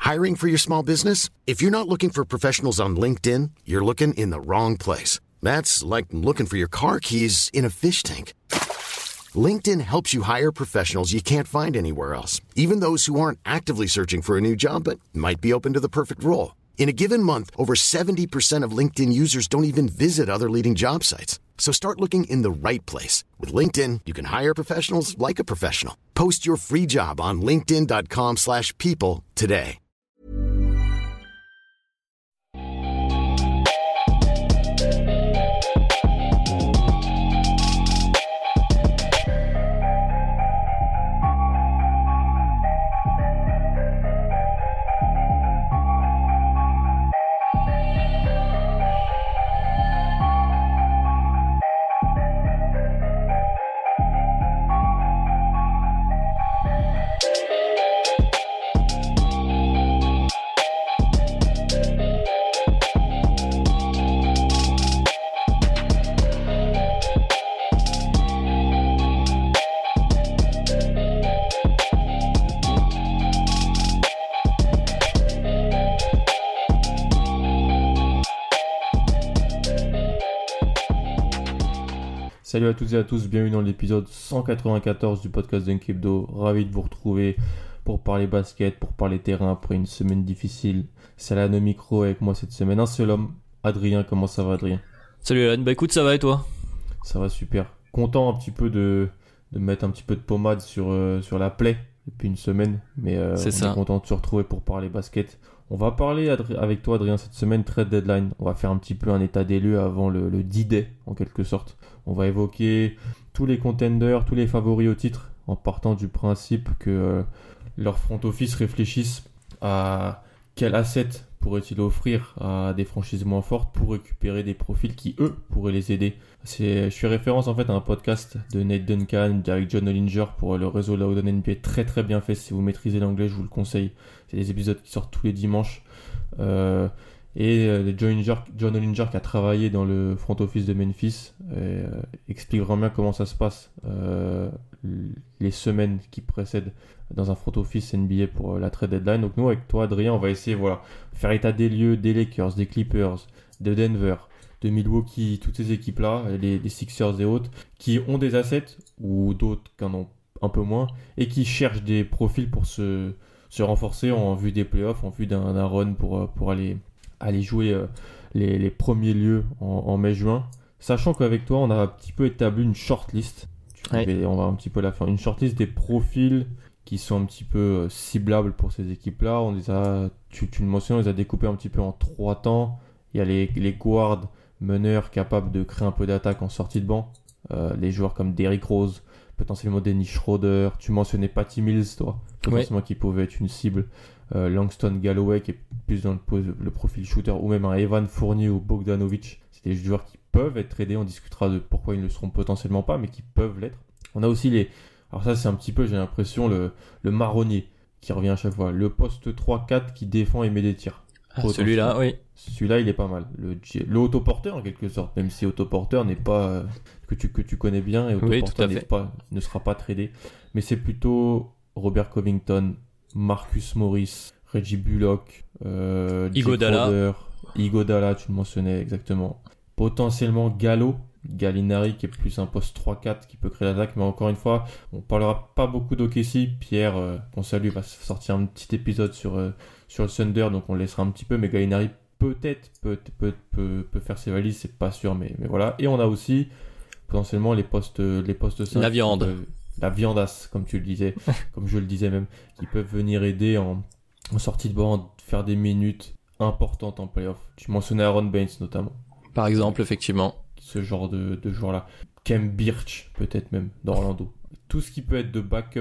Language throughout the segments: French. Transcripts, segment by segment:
Hiring for your small business? If you're not looking for professionals on LinkedIn, you're looking in the wrong place. That's like looking for your car keys in a fish tank. LinkedIn helps you hire professionals you can't find anywhere else, even those who aren't actively searching for a new job but might be open to the perfect role. In a given month, over 70% of LinkedIn users don't even visit other leading job sites. So start looking in the right place. With LinkedIn, you can hire professionals like a professional. Post your free job on linkedin.com/people today. Salut à toutes et à tous, bienvenue dans l'épisode 194 du podcast Dunk Hebdo. Ravi de vous retrouver pour parler basket, pour parler terrain après une semaine difficile. C'est Alan au micro avec moi cette semaine, un seul homme, Adrien. Comment ça va, Adrien? Salut Alan, bah écoute, ça va et toi? Ça va super. Content un petit peu de mettre un petit peu de pommade sur la plaie depuis une semaine, mais on est content de se retrouver pour parler basket. On va parler avec toi, Adrien, cette semaine, trade deadline. On va faire un petit peu un état des lieux avant le D-Day, en quelque sorte. On va évoquer tous les contenders, tous les favoris au titre, en partant du principe que leur front office réfléchissent à quel asset pourrait-il offrir à des franchises moins fortes pour récupérer des profils qui, eux, pourraient les aider. Je fais référence en fait à un podcast de Nate Duncan avec John Hollinger pour le réseau Loud on NBA, très très bien fait. Si vous maîtrisez l'anglais, je vous le conseille. C'est des épisodes qui sortent tous les dimanches. John Hollinger qui a travaillé dans le front office de Memphis explique vraiment bien comment ça se passe les semaines qui précèdent dans un front office NBA pour la trade deadline. Donc nous avec toi, Adrien, on va essayer faire état des lieux des Lakers, des Clippers, de Denver, de Milwaukee, toutes ces équipes là, les Sixers et autres, qui ont des assets ou d'autres qui en ont un peu moins et qui cherchent des profils pour se renforcer en vue des playoffs, en vue d'un run pour aller jouer les premiers lieux en mai-juin. Sachant qu'avec toi, on a un petit peu établi une shortlist. On va un petit peu la faire. Une shortlist des profils qui sont un petit peu ciblables pour ces équipes-là. On les a, tu le mentionnes, on les a découpés un petit peu en 3 temps. Il y a les guards, meneurs capables de créer un peu d'attaque en sortie de banc. Les joueurs comme Derrick Rose, potentiellement Dennis Schroeder. Tu mentionnais Patty Mills, toi, potentiellement qui pouvait être une cible. Langston Galloway qui est plus dans le profil shooter, ou même un Evan Fournier ou Bogdanovic. C'est des joueurs qui peuvent être tradés. On discutera de pourquoi ils ne le seront potentiellement pas, mais qui peuvent l'être. On a aussi alors ça c'est un petit peu, j'ai l'impression, le marronnier qui revient à chaque fois. Le poste 3-4 qui défend et met des tirs. Celui-là, oui. Celui-là, il est pas mal. Le autoporteur, en quelque sorte, même si autoporteur n'est pas que tu connais bien, et autoporteur ne sera pas tradé. Mais c'est plutôt Robert Covington, Marcus Morris, Reggie Bullock, Iguodala, tu le mentionnais exactement. Potentiellement Gallinari qui est plus un poste 3-4 qui peut créer l'attaque, mais encore une fois, on parlera pas beaucoup d'OKC. Pierre, qu'on salue, va sortir un petit épisode sur le Thunder, donc on le laissera un petit peu, mais Gallinari peut-être peut faire ses valises, c'est pas sûr, mais voilà. Et on a aussi potentiellement les postes 5. La viande. La viandasse, comme tu le disais, comme je le disais même, qui peuvent venir aider en sortie de banc, faire des minutes importantes en playoff. Tu mentionnais Aaron Baines notamment. Par exemple, effectivement. Ce genre de joueur-là. Kem Birch, peut-être même, d'Orlando. Tout ce qui peut être de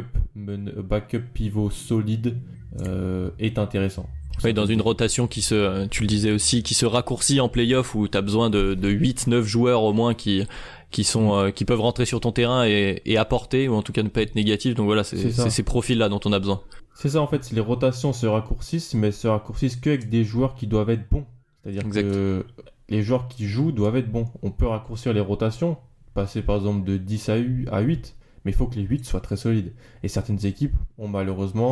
backup pivot solide est intéressant. Oui, dans une rotation tu le disais aussi, qui se raccourcit en playoff, où tu as besoin de 8-9 joueurs au moins qui peuvent rentrer sur ton terrain et apporter, ou en tout cas ne pas être négatifs. Donc voilà, c'est ces profils-là dont on a besoin. C'est ça, en fait, les rotations se raccourcissent, mais se raccourcissent qu'avec des joueurs qui doivent être bons. C'est-à-dire que les joueurs qui jouent doivent être bons. On peut raccourcir les rotations, passer par exemple de 10 à 8, mais il faut que les 8 soient très solides. Et certaines équipes ont malheureusement,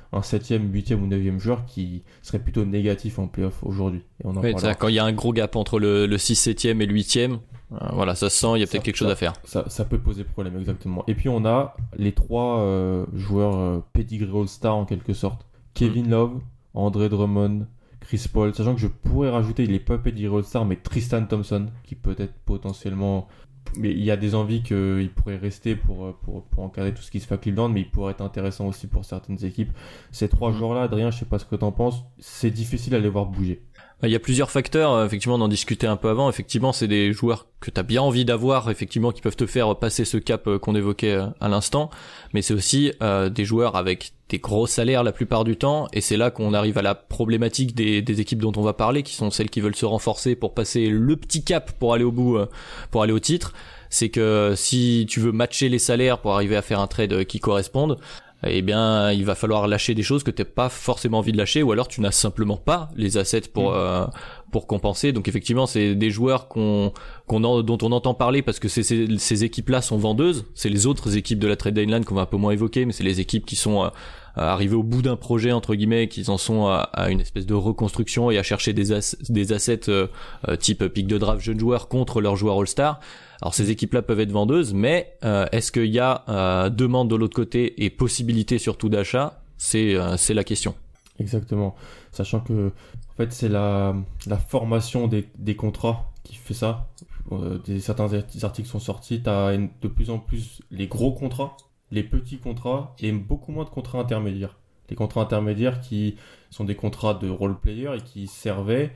un 7e, 8e ou 9e joueur qui serait plutôt négatif en playoff aujourd'hui. Et on en parlera. Quand il y a un gros gap entre le 6, 7e et le 8e, voilà, ça se sent, il y a peut-être quelque chose à faire. Ça peut poser problème, exactement. Et puis on a les 3 joueurs pedigree All-Star en quelque sorte. Kevin Love, André Drummond, Chris Paul, sachant que je pourrais rajouter, il est pas pedigree All-Star, mais Tristan Thompson, qui peut être potentiellement... Mais il y a des envies qu'il pourrait rester pour encadrer tout ce qui se fait à Cleveland, mais il pourrait être intéressant aussi pour certaines équipes. Ces 3 joueurs-là, Adrien, je sais pas ce que t'en penses, c'est difficile à les voir bouger. Il y a plusieurs facteurs, effectivement on en discutait un peu avant, effectivement c'est des joueurs que t'as bien envie d'avoir, effectivement qui peuvent te faire passer ce cap qu'on évoquait à l'instant, mais c'est aussi des joueurs avec des gros salaires la plupart du temps, et c'est là qu'on arrive à la problématique des équipes dont on va parler, qui sont celles qui veulent se renforcer pour passer le petit cap pour aller au bout, pour aller au titre. C'est que si tu veux matcher les salaires pour arriver à faire un trade qui corresponde, eh bien, il va falloir lâcher des choses que t'as pas forcément envie de lâcher, ou alors tu n'as simplement pas les assets pour compenser. Donc effectivement, c'est des joueurs dont on entend parler parce que ces équipes-là sont vendeuses. C'est les autres équipes de la trade deadline qu'on va un peu moins évoquer, mais c'est les équipes qui sont arrivées au bout d'un projet entre guillemets, qui en sont à une espèce de reconstruction et à chercher des assets type pick de draft jeunes joueurs contre leurs joueurs All-Star. Alors ces équipes-là peuvent être vendeuses, mais est-ce qu'il y a demande de l'autre côté et possibilité surtout d'achat? C'est la question. Exactement. Sachant que en fait c'est la formation des contrats qui fait ça. Certains articles sont sortis. T'as de plus en plus les gros contrats, les petits contrats et beaucoup moins de contrats intermédiaires. Les contrats intermédiaires qui sont des contrats de role player et qui servaient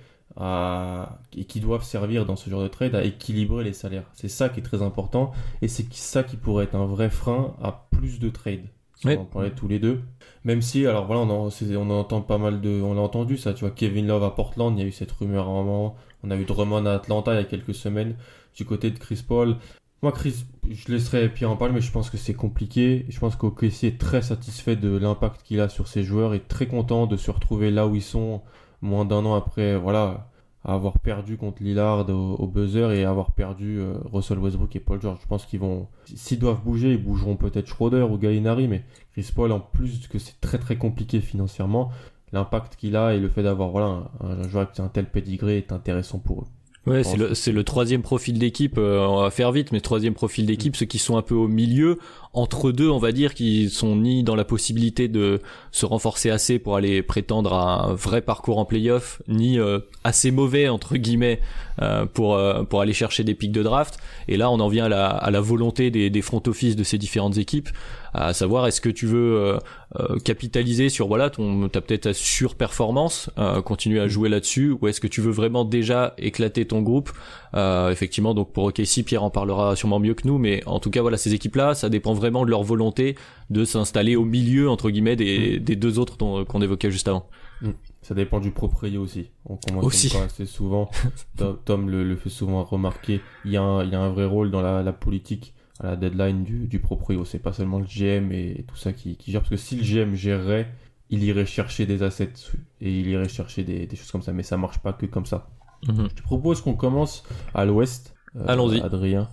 et qui doivent servir dans ce genre de trade à équilibrer les salaires. C'est ça qui est très important et c'est ça qui pourrait être un vrai frein à plus de trades. Oui. On en parlait tous les deux. Même si, alors voilà, on entend pas mal on l'a entendu ça, tu vois, Kevin Love à Portland, il y a eu cette rumeur à un moment. On a eu Drummond à Atlanta il y a quelques semaines. Du côté de Chris Paul, moi je laisserai Pierre en parler, mais je pense que c'est compliqué. Je pense qu'OKC est très satisfait de l'impact qu'il a sur ses joueurs et très content de se retrouver là où ils sont moins d'un an après, voilà, avoir perdu contre Lillard au buzzer et avoir perdu Russell Westbrook et Paul George. Je pense qu'ils vont, s'ils doivent bouger, ils bougeront peut-être Schroeder ou Gallinari, mais Chris Paul, en plus que c'est très très compliqué financièrement, l'impact qu'il a et le fait d'avoir voilà un joueur avec un tel pedigree est intéressant pour eux. Ouais, c'est le troisième profil d'équipe, on va faire vite, mais troisième profil d'équipe, ceux qui sont un peu au milieu, entre deux, on va dire, qui sont ni dans la possibilité de se renforcer assez pour aller prétendre à un vrai parcours en play-off, ni assez mauvais, entre guillemets, pour aller chercher des pics de draft. Et là, on en vient à la volonté des front office de ces différentes équipes, à savoir est-ce que tu veux capitaliser sur voilà t'as peut-être ta surperformance, continuer à jouer là-dessus, ou est-ce que tu veux vraiment déjà éclater ton groupe. Effectivement, donc pour OKC, Pierre en parlera sûrement mieux que nous, mais en tout cas voilà, ces équipes-là, ça dépend vraiment de leur volonté de s'installer au milieu entre guillemets des deux autres qu'on évoquait juste avant. Ça dépend du proprio aussi. On commence aussi assez souvent. Tom le fait souvent remarquer. Il y a un vrai rôle dans la politique à la deadline du proprio. C'est pas seulement le GM et tout ça qui gère, parce que si le GM gérerait, il irait chercher des assets et il irait chercher des choses comme ça, mais ça marche pas que comme ça. Je te propose qu'on commence à l'ouest. Allons-y. Adrien,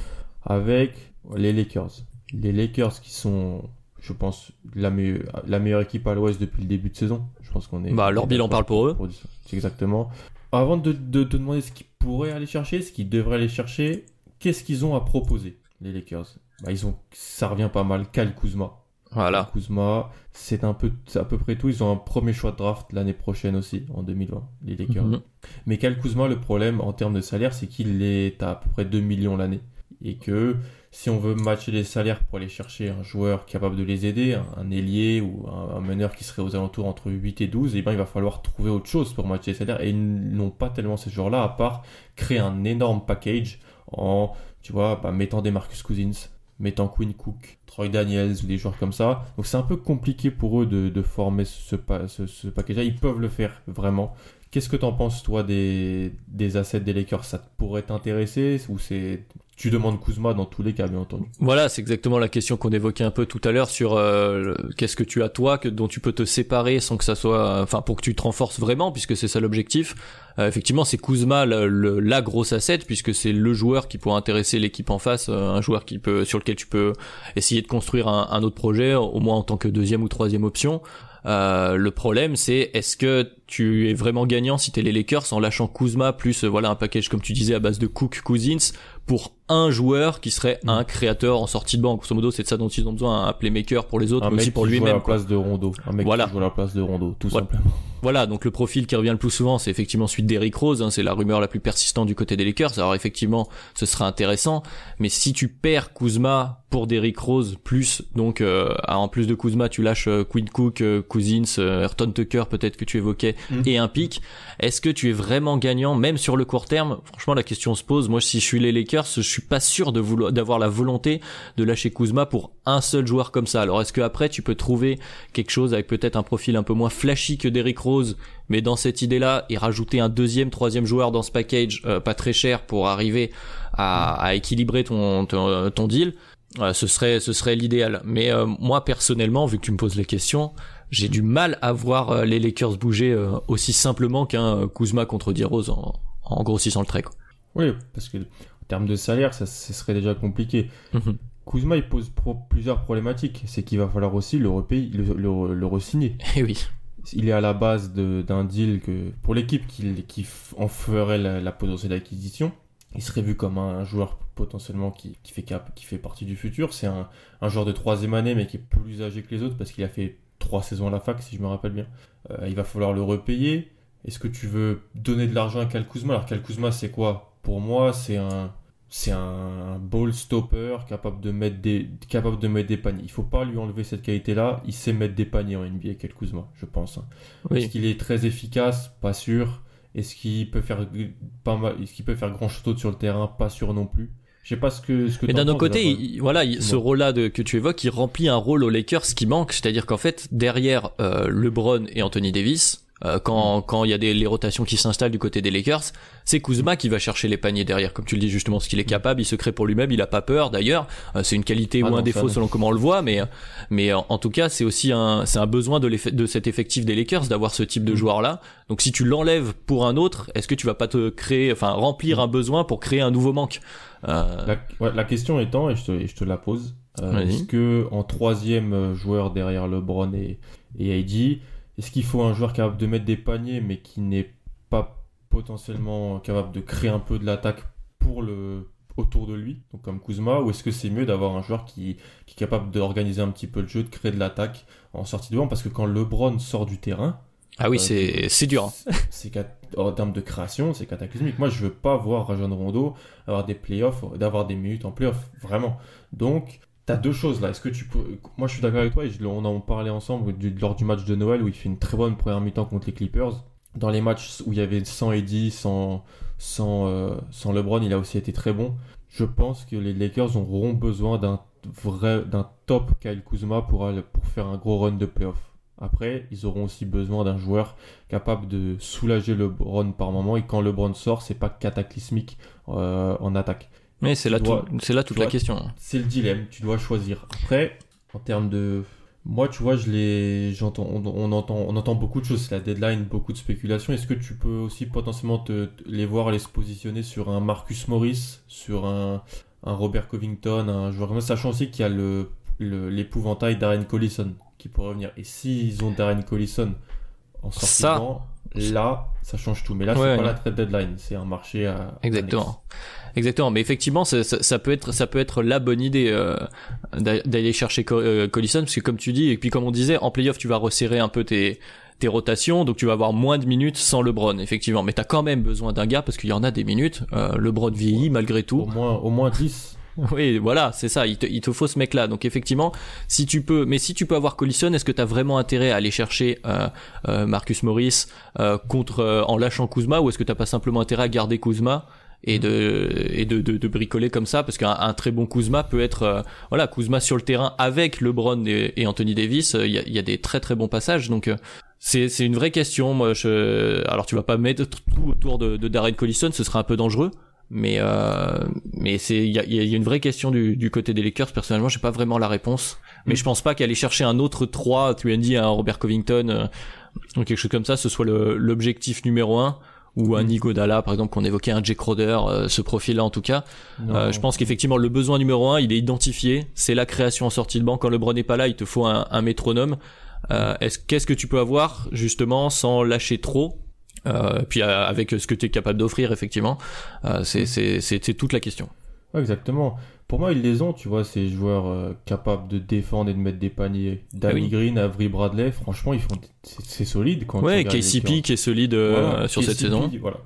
avec les Lakers. Les Lakers qui sont, je pense, la meilleure équipe à l'ouest depuis le début de saison. Je pense qu'on est... leur bilan parle pour eux. C'est exactement. Avant de te demander ce qu'ils pourraient aller chercher, ce qu'ils devraient aller chercher, qu'est-ce qu'ils ont à proposer, les Lakers? Ça revient pas mal. Kyle Kuzma. Voilà. Kuzma, c'est à peu près tout. Ils ont un premier choix de draft l'année prochaine aussi, en 2020, les Lakers. Mais Kyle Kuzma, le problème en termes de salaire, c'est qu'il est à peu près 2 millions l'année. Et que si on veut matcher les salaires pour aller chercher un joueur capable de les aider, un ailier ou un meneur qui serait aux alentours entre 8 et 12, il va falloir trouver autre chose pour matcher les salaires. Et ils n'ont pas tellement ces joueurs-là, à part créer un énorme package en, mettant des Marcus Cousins, mettant Quinn Cook, Troy Daniels ou des joueurs comme ça. Donc c'est un peu compliqué pour eux de former ce package-là. Ils peuvent le faire, vraiment. Qu'est-ce que t'en penses, toi, des assets des Lakers? Ça pourrait t'intéresser ou tu demandes Kuzma dans tous les cas, bien entendu? Voilà, c'est exactement la question qu'on évoquait un peu tout à l'heure sur qu'est-ce que tu as toi, dont tu peux te séparer sans que ça soit... pour que tu te renforces vraiment, puisque c'est ça l'objectif. Effectivement, c'est Kuzma la grosse asset, puisque c'est le joueur qui pourrait intéresser l'équipe en face, un joueur sur lequel tu peux essayer de construire un autre projet, au moins en tant que deuxième ou troisième option. Le problème, c'est est-ce que tu es vraiment gagnant si t'es les Lakers en lâchant Kuzma plus voilà un package comme tu disais à base de Cook, Cousins pour un joueur qui serait un créateur en sortie de banc. Grosso modo, c'est de ça dont ils ont besoin, un playmaker pour les autres, mais aussi pour lui-même. Un mec qui joue à la place de Rondo. Un mec qui joue à la place de Rondo, tout simplement. Voilà, donc le profil qui revient le plus souvent, c'est effectivement celui de Derrick Rose, hein, c'est la rumeur la plus persistante du côté des Lakers. Alors effectivement, ce serait intéressant, mais si tu perds Kuzma pour Derrick Rose, plus donc en plus de Kuzma, tu lâches Quinn Cook, Cousins, Ayrton Tucker peut-être que tu évoquais, et un pick, est-ce que tu es vraiment gagnant même sur le court terme? Franchement, la question se pose. Moi, si je suis les Lakers, je suis pas sûr d'avoir la volonté de lâcher Kuzma pour un seul joueur comme ça. Alors est-ce que après tu peux trouver quelque chose avec peut-être un profil un peu moins flashy que Derrick Rose, mais dans cette idée-là, et rajouter un deuxième, troisième joueur dans ce package pas très cher pour arriver à équilibrer ton deal, ce serait l'idéal. Mais moi personnellement, vu que tu me poses les questions, j'ai du mal à voir les Lakers bouger aussi simplement qu'un Kuzma contre D-Rose en grossissant le trait, quoi. Oui, parce que en termes de salaire, ce serait déjà compliqué. Kuzma, il pose plusieurs problématiques. C'est qu'il va falloir aussi le re-signer. Et oui. Il est à la base d'un deal que pour l'équipe qui en ferait la potentielle acquisition. Il serait vu comme un joueur potentiellement qui fait partie du futur. C'est un joueur de 3e année, mais qui est plus âgé que les autres parce qu'il a fait 3 saisons à la fac, si je me rappelle bien. Il va falloir le repayer. Est-ce que tu veux donner de l'argent à Kyle Kuzma? Alors Kyle Kuzma, c'est quoi? Pour moi, c'est un ball stopper capable de mettre des paniers. Il faut pas lui enlever cette qualité-là. Il sait mettre des paniers en NBA, Kyle Kuzma, je pense. Oui. Est-ce qu'il est très efficace? Pas sûr. Est-ce qu'il peut faire grand chose sur le terrain? Pas sûr non plus. Je sais pas ce que mais d'un autre côté, ce rôle-là que tu évoques, il remplit un rôle aux Lakers qui manque, c'est-à-dire qu'en fait, derrière LeBron et Anthony Davis, quand il y a les rotations qui s'installent du côté des Lakers, c'est Kuzma qui va chercher les paniers derrière, comme tu le dis justement, ce qu'il est capable, il se crée pour lui-même, il a pas peur d'ailleurs, c'est une qualité ou un défaut selon comment on le voit, mais en tout cas c'est aussi c'est un besoin de cet effectif des Lakers d'avoir ce type de joueur là. Donc si tu l'enlèves pour un autre, est-ce que tu vas pas remplir un besoin pour créer un nouveau manque? La question étant, et je te la pose, est-ce que en 3e joueur derrière LeBron et AD, est-ce qu'il faut un joueur capable de mettre des paniers mais qui n'est pas potentiellement capable de créer un peu de l'attaque autour de lui, donc comme Kuzma, ou est-ce que c'est mieux d'avoir un joueur qui est capable d'organiser un petit peu le jeu, de créer de l'attaque en sortie de banc? Parce que quand LeBron sort du terrain, c'est dur. En termes de création, c'est cataclysmique. Moi, je veux pas voir Rajon Rondo avoir des playoffs, d'avoir des minutes en playoffs, vraiment. Donc, t'as deux choses là. Est-ce que tu peux... Moi, je suis d'accord avec toi et on en parlait ensemble lors du match de Noël où il fait une très bonne première mi-temps contre les Clippers. Dans les matchs où il y avait sans AD, sans LeBron, il a aussi été très bon. Je pense que les Lakers auront besoin d'un top Kyle Kuzma pour faire un gros run de playoff. Après, ils auront aussi besoin d'un joueur capable de soulager LeBron par moment, et quand LeBron sort, c'est pas cataclysmique en attaque. Mais c'est là toute la question. C'est le dilemme, tu dois choisir. Après, en termes de... Moi, tu vois, on entend beaucoup de choses, c'est la deadline, beaucoup de spéculations. Est-ce que tu peux aussi potentiellement les se positionner sur un Marcus Morris, sur un Robert Covington, un joueur comme ça, sachant aussi qu'il y a l'épouvantail Darren Collison qui pourrait revenir. Et s'ils ont Darren Collison en sortant, là, ça change tout. Mais là, c'est pas la trade deadline, c'est un marché à... Exactement, mais effectivement, ça peut être la bonne idée d'aller chercher Collison, parce que comme tu dis, et puis comme on disait, en playoff, tu vas resserrer un peu tes rotations, donc tu vas avoir moins de minutes sans LeBron, effectivement. Mais t'as quand même besoin d'un gars, parce qu'il y en a des minutes. LeBron vieillit malgré tout. Au moins 10. Oui, voilà, c'est ça. Il te faut ce mec-là. Donc effectivement, si tu peux avoir Collison, est-ce que t'as vraiment intérêt à aller chercher Marcus Morris en lâchant Kuzma, ou est-ce que t'as pas simplement intérêt à garder Kuzma et de bricoler comme ça, parce qu'un très bon Kuzma peut être Kuzma sur le terrain avec LeBron et Anthony Davis, il y a des très très bons passages, donc c'est une vraie question. Moi, alors tu vas pas mettre tout autour de Darren Collison, ce serait un peu dangereux, mais il y a une vraie question du côté des Lakers. Personnellement, j'ai pas vraiment la réponse, mais je pense pas qu'aller chercher un autre 3, tu as dit un Robert Covington ou quelque chose comme ça, ce soit l'objectif numéro 1. Ou un Iguodala, par exemple, qu'on évoquait, un Jay Crowder, ce profil-là en tout cas. Je pense qu'effectivement, le besoin numéro 1, il est identifié. C'est la création en sortie de banc. Quand LeBron n'est pas là, il te faut un métronome. Qu'est-ce que tu peux avoir justement sans lâcher trop, puis avec ce que tu es capable d'offrir effectivement, c'est toute la question. Ouais, exactement. Pour moi, ils les ont, tu vois, ces joueurs capables de défendre et de mettre des paniers. Danny Green, Avery Bradley, franchement, c'est solide quand tu regardes KCP qui est solide sur cette saison. Voilà.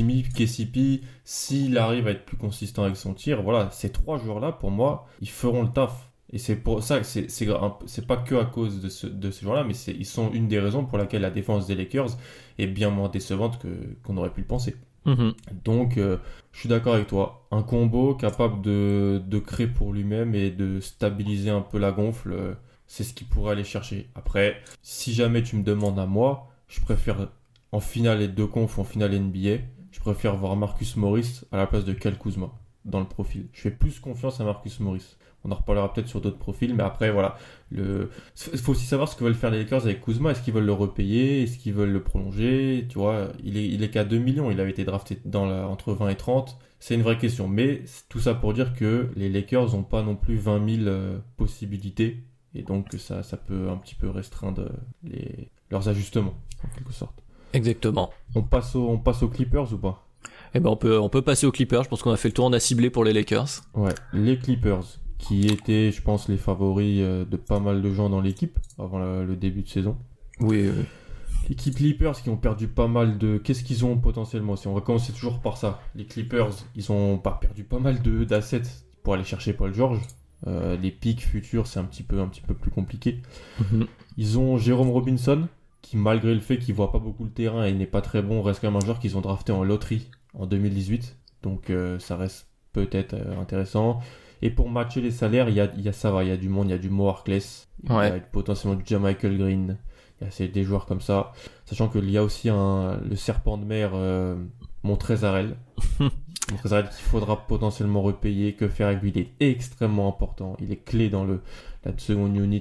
KCP, s'il arrive à être plus consistant avec son tir, voilà, ces 3 joueurs-là, pour moi, ils feront le taf. Et c'est pour ça que c'est pas que à cause de ces joueurs-là, mais ils sont une des raisons pour laquelle la défense des Lakers est bien moins décevante qu'on aurait pu le penser. Donc, je suis d'accord avec toi. Un combo capable de créer pour lui-même et de stabiliser un peu la gonfle, c'est ce qu'il pourrait aller chercher. Après, si jamais tu me demandes à moi, je préfère en finale de conf, en finale NBA, je préfère voir Marcus Morris à la place de Kyle Kuzma dans le profil. Je fais plus confiance à Marcus Morris. On en reparlera peut-être sur d'autres profils, mais après, voilà. Il faut aussi savoir ce que veulent faire les Lakers avec Kuzma. Est-ce qu'ils veulent le repayer? Est-ce qu'ils veulent le prolonger? Tu vois, il est qu'à 2 millions. Il avait été drafté entre 20 et 30. C'est une vraie question. Mais tout ça pour dire que les Lakers n'ont pas non plus 20 000 possibilités. Et donc, ça peut un petit peu restreindre leurs ajustements, en quelque sorte. Exactement. On passe aux Clippers ou pas? Eh ben, on peut passer aux Clippers. Je pense qu'on a fait le tour. On a ciblé pour les Lakers. Ouais, les Clippers, qui étaient, je pense, les favoris de pas mal de gens dans l'équipe avant le début de saison. Oui. L'équipe Clippers qui ont perdu pas mal de... Qu'est-ce qu'ils ont potentiellement aussi? On va commencer toujours par ça. Les Clippers, ils ont pas perdu pas mal d'assets pour aller chercher Paul George. Les pics futurs, c'est un petit peu plus compliqué. Ils ont Jérôme Robinson, qui malgré le fait qu'il voit pas beaucoup le terrain et n'est pas très bon, reste quand même un joueur qu'ils ont drafté en loterie en 2018. Donc ça reste peut-être intéressant. Et pour matcher les salaires, il y a du monde, il y a du Mo Harkless, il y a potentiellement du Jamichael Green, il y a des joueurs comme ça. Sachant qu'il y a aussi le serpent de mer Montrezarel. Montrezarel qu'il faudra potentiellement repayer. Que faire avec lui? Il est extrêmement important. Il est clé dans la seconde unit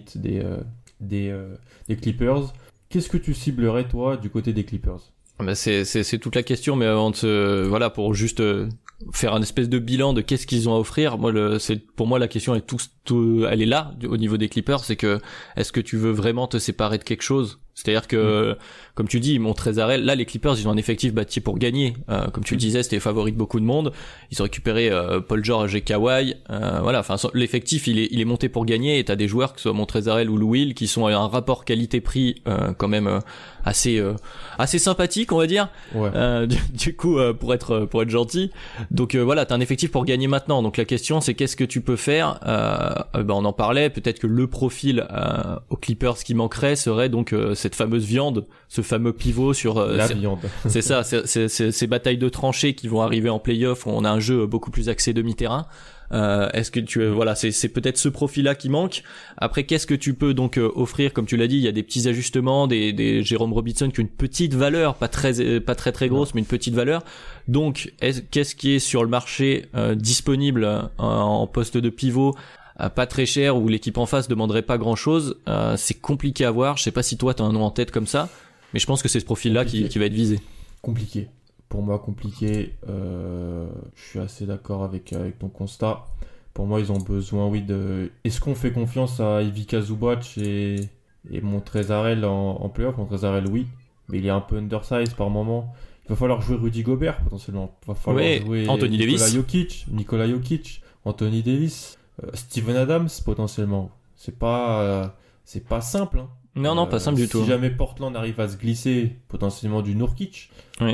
des Clippers. Qu'est-ce que tu ciblerais, toi, du côté des Clippers? C'est toute la question, mais avant de pour juste faire un espèce de bilan de qu'est-ce qu'ils ont à offrir. Pour moi la question elle est là au niveau des Clippers, c'est que est-ce que tu veux vraiment te séparer de quelque chose? C'est-à-dire que, comme tu dis, Montrezarel, là, les Clippers, ils ont un effectif bâti pour gagner. Comme tu le disais, c'était les favoris de beaucoup de monde. Ils ont récupéré Paul George et Kawhi. L'effectif, il est monté pour gagner. Et t'as des joueurs, que ce soit Montrezarel ou Lou Will, qui sont à un rapport qualité-prix quand même assez sympathique, on va dire. Ouais. Du coup, pour être gentil. Donc t'as un effectif pour gagner maintenant. Donc la question, c'est qu'est-ce que tu peux faire? On en parlait. Peut-être que le profil aux Clippers qui manquerait serait donc cette fameuse viande, ce fameux pivot sur la viande. C'est ça, c'est ces batailles de tranchées qui vont arriver en play-off où on a un jeu beaucoup plus axé demi-terrain. Est-ce que c'est peut-être ce profil-là qui manque. Après, qu'est-ce que tu peux donc offrir? Comme tu l'as dit, il y a des petits ajustements, des Jérôme Robinson qui ont une petite valeur, pas très grosse, mais une petite valeur. Donc, qu'est-ce qui est sur le marché disponible en poste de pivot? Pas très cher, où l'équipe en face demanderait pas grand chose. C'est compliqué à voir. Je sais pas si toi t'as un nom en tête comme ça, mais je pense que c'est ce profil-là qui va être visé. Compliqué. Pour moi, compliqué. Je suis assez d'accord avec ton constat. Pour moi, ils ont besoin, Est-ce qu'on fait confiance à Ivica Zubac et Montrezarel en playoff? Montrezarel, oui, mais il est un peu undersize par moment. Il va falloir jouer Rudy Gobert potentiellement. Il va falloir jouer Anthony Davis, Nikola Jokic, Anthony Davis. Steven Adams potentiellement, c'est pas simple. Hein. Non, pas simple du tout. Si jamais Portland arrive à se glisser potentiellement du Nurkic,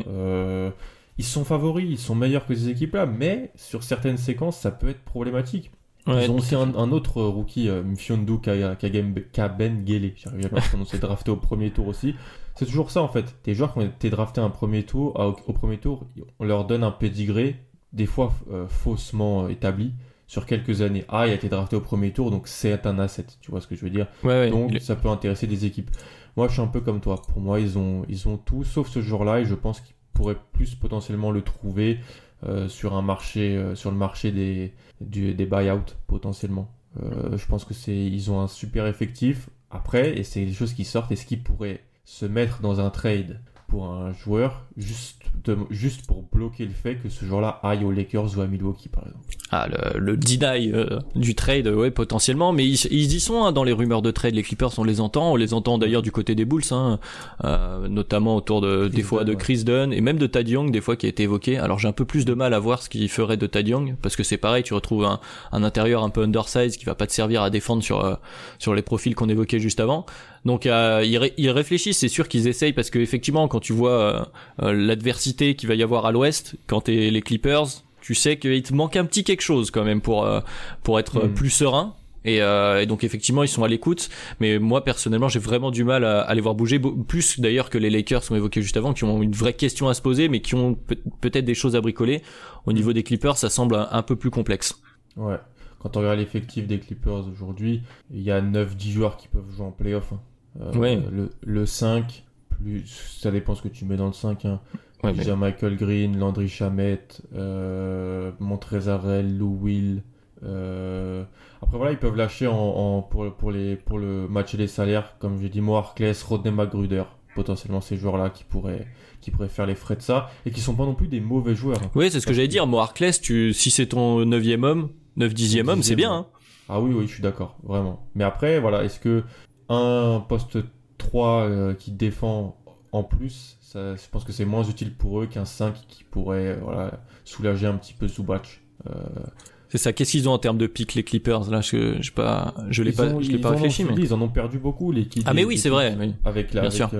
ils sont favoris, ils sont meilleurs que ces équipes-là, mais sur certaines séquences, ça peut être problématique. Ils ont aussi un autre rookie, Mfiondu Kabengele, j'arrive pas à prononcer, drafté au premier tour aussi. C'est toujours ça en fait. Des joueurs qui ont été draftés au premier tour, on leur donne un pédigré, des fois faussement établi. Sur quelques années. Il a été drafté au premier tour, donc c'est un asset. Tu vois ce que je veux dire? Donc ça peut intéresser des équipes. Moi, je suis un peu comme toi. Pour moi, ils ont tout, sauf ce joueur-là, et je pense qu'ils pourraient plus potentiellement le trouver sur le marché des buyouts potentiellement. Je pense que ils ont un super effectif. Après, et c'est des choses qui sortent. Est-ce qu'ils pourraient se mettre dans un trade pour un joueur juste pour bloquer le fait que ce joueur-là aille aux Lakers ou à Milwaukee, par exemple. Ah, le deny du trade, ouais, potentiellement, mais ils y sont, hein, dans les rumeurs de trade. Les Clippers, on les entend d'ailleurs du côté des Bulls, hein, notamment autour des fois de Chris Dunn et même de Thad Young, des fois, qui a été évoqué. Alors j'ai un peu plus de mal à voir ce qu'il ferait de Thad Young, parce que c'est pareil, tu retrouves un intérieur un peu undersized qui va pas te servir à défendre sur les profils qu'on évoquait juste avant. Donc ils réfléchissent, c'est sûr qu'ils essayent, parce que effectivement, quand tu vois l'adversité qu'il va y avoir à l'Ouest, quand t'es les Clippers, tu sais qu'il te manque un petit quelque chose quand même pour être plus serein. Et donc effectivement ils sont à l'écoute, mais moi personnellement j'ai vraiment du mal à les voir bouger, plus d'ailleurs que les Lakers sont évoqués juste avant, qui ont une vraie question à se poser, mais qui ont peut-être des choses à bricoler. Au niveau des Clippers, ça semble un peu plus complexe. Ouais, quand on regarde l'effectif des Clippers aujourd'hui, il y a 9-10 joueurs qui peuvent jouer en play-off, hein. Ouais. Le 5, plus ça dépend ce que tu mets dans le 5, hein. Ouais, Déjà Michael Green, Landry Shamet, Montrezl, Lou Will. Après voilà, ils peuvent lâcher pour le match et les salaires, comme j'ai dit, Mo Harkless, Rodney McGruder, potentiellement ces joueurs-là qui pourraient faire les frais de ça, et qui sont pas non plus des mauvais joueurs. Oui, c'est ce que j'allais dire. Mo Harkless, si c'est ton 9e homme, 9-10e homme, c'est bien, hein. Ah oui, je suis d'accord, vraiment. Mais après, voilà, est-ce que un poste 3 qui défend en plus, ça, je pense que c'est moins utile pour eux qu'un 5 qui pourrait soulager un petit peu Zubac. C'est ça. Qu'est-ce qu'ils ont en termes de pick, les Clippers? Là, je l'ai pas réfléchi, mais ils en ont perdu beaucoup, les Clippers. Ah mais oui, c'est vrai. Oui. Avec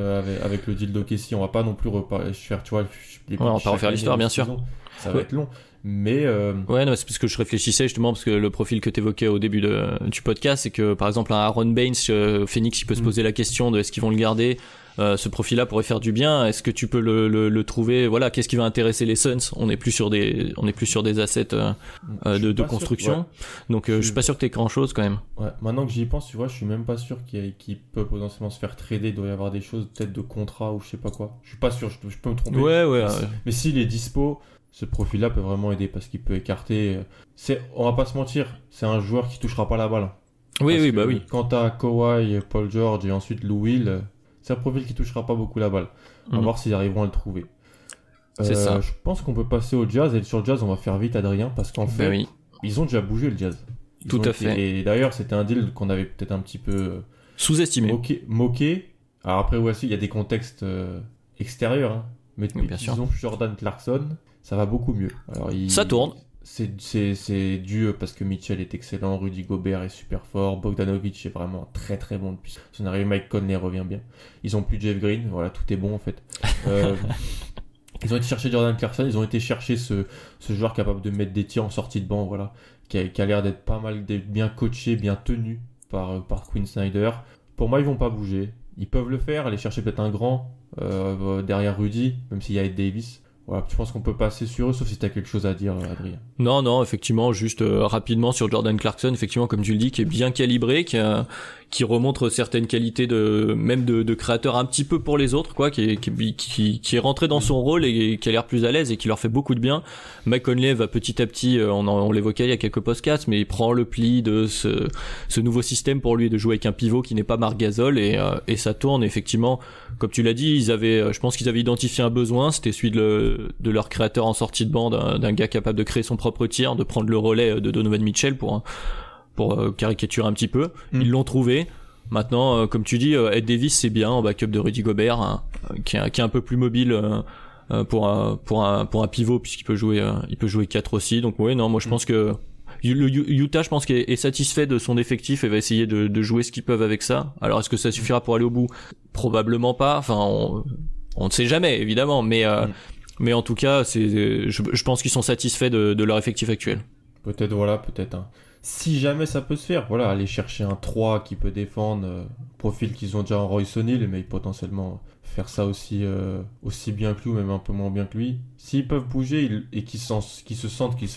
le deal d'OKC, on va pas non plus faire, tu vois, on va pas refaire l'histoire, bien sûr. Ça va être long. Mais ouais, non, c'est parce que je réfléchissais justement, parce que le profil que t'évoquais au début du podcast, c'est que par exemple un Aaron Baines, Phoenix, il peut se poser la question de est-ce qu'ils vont le garder. Ce profil-là pourrait faire du bien. Est-ce que tu peux le trouver? Voilà, qu'est-ce qui va intéresser les Suns? On n'est plus sur des assets de construction. Ouais. Donc je suis pas sûr que t'aies grand-chose quand même. Ouais. Maintenant que j'y pense, tu vois, je suis même pas sûr qu'il peut potentiellement se faire trader. Il doit y avoir des choses, peut-être de contrat ou je sais pas quoi. Je suis pas sûr. Je peux me tromper. Ouais. Mais s'il est dispo, ce profil-là peut vraiment aider, parce qu'il peut écarter. On va pas se mentir, c'est un joueur qui touchera pas la balle. Oui. Quand t'as Kawhi, Paul George et ensuite Lou Will, c'est un profil qui touchera pas beaucoup la balle. On va voir s'ils arriveront à le trouver. C'est ça. Je pense qu'on peut passer au Jazz, et sur le Jazz on va faire vite, Adrien, parce qu'en fait ils ont déjà bougé le Jazz. Tout à fait. Et d'ailleurs c'était un deal qu'on avait peut-être un petit peu sous-estimé, moqué. Alors après il y a des contextes extérieurs, hein. Mais ils ont Jordan Clarkson, ça va beaucoup mieux. Alors, ça tourne. C'est dû parce que Mitchell est excellent, Rudy Gobert est super fort, Bogdanovic est vraiment très très bon depuis son arrivée, Mike Conley revient bien. Ils ont plus Jeff Green, voilà, tout est bon en fait. Ils ont été chercher Jordan Clarkson, ils ont été chercher ce joueur capable de mettre des tirs en sortie de banc, voilà, qui a l'air d'être pas mal, d'être bien coaché, bien tenu par Quinn Snyder. Pour moi, ils vont pas bouger. Ils peuvent le faire, aller chercher peut-être un grand derrière Rudy, même s'il y a Ed Davis. Voilà, je pense qu'on peut passer sur eux, sauf si tu as quelque chose à dire, Adrien. Non, effectivement, juste rapidement sur Jordan Clarkson, effectivement, comme tu le dis, qui est bien calibré, qui remontre certaines qualités de créateur un petit peu pour les autres, quoi, qui est rentré dans son rôle et qui a l'air plus à l'aise et qui leur fait beaucoup de bien. Mike Conley va petit à petit, on l'évoquait il y a quelques podcasts, mais il prend le pli de ce nouveau système pour lui de jouer avec un pivot qui n'est pas Marc Gasol, et ça tourne effectivement. Comme tu l'as dit, je pense qu'ils avaient identifié un besoin, c'était celui de leur créateur en sortie de banc, d'un gars capable de créer son propre tir, de prendre le relais de Donovan Mitchell pour caricaturer un petit peu. Ils l'ont trouvé. Maintenant, comme tu dis, Ed Davis c'est bien en backup de Rudy Gobert, hein, qui est un peu plus mobile pour un pivot, puisqu'il peut jouer 4 aussi. Donc ouais, non, moi je pense que le Utah, je pense qu'il est satisfait de son effectif et va essayer de jouer ce qu'ils peuvent avec ça. Alors est-ce que ça suffira pour aller au bout? Probablement pas. Enfin, on ne sait jamais évidemment, mais en tout cas, je pense qu'ils sont satisfaits de leur effectif actuel. Peut-être si jamais ça peut se faire, voilà, aller chercher un 3 qui peut défendre, profil qu'ils ont déjà en Royce O'Neal, mais potentiellement faire ça aussi bien que lui, ou même un peu moins bien que lui. S'ils peuvent bouger et qu'ils se sentent qu'ils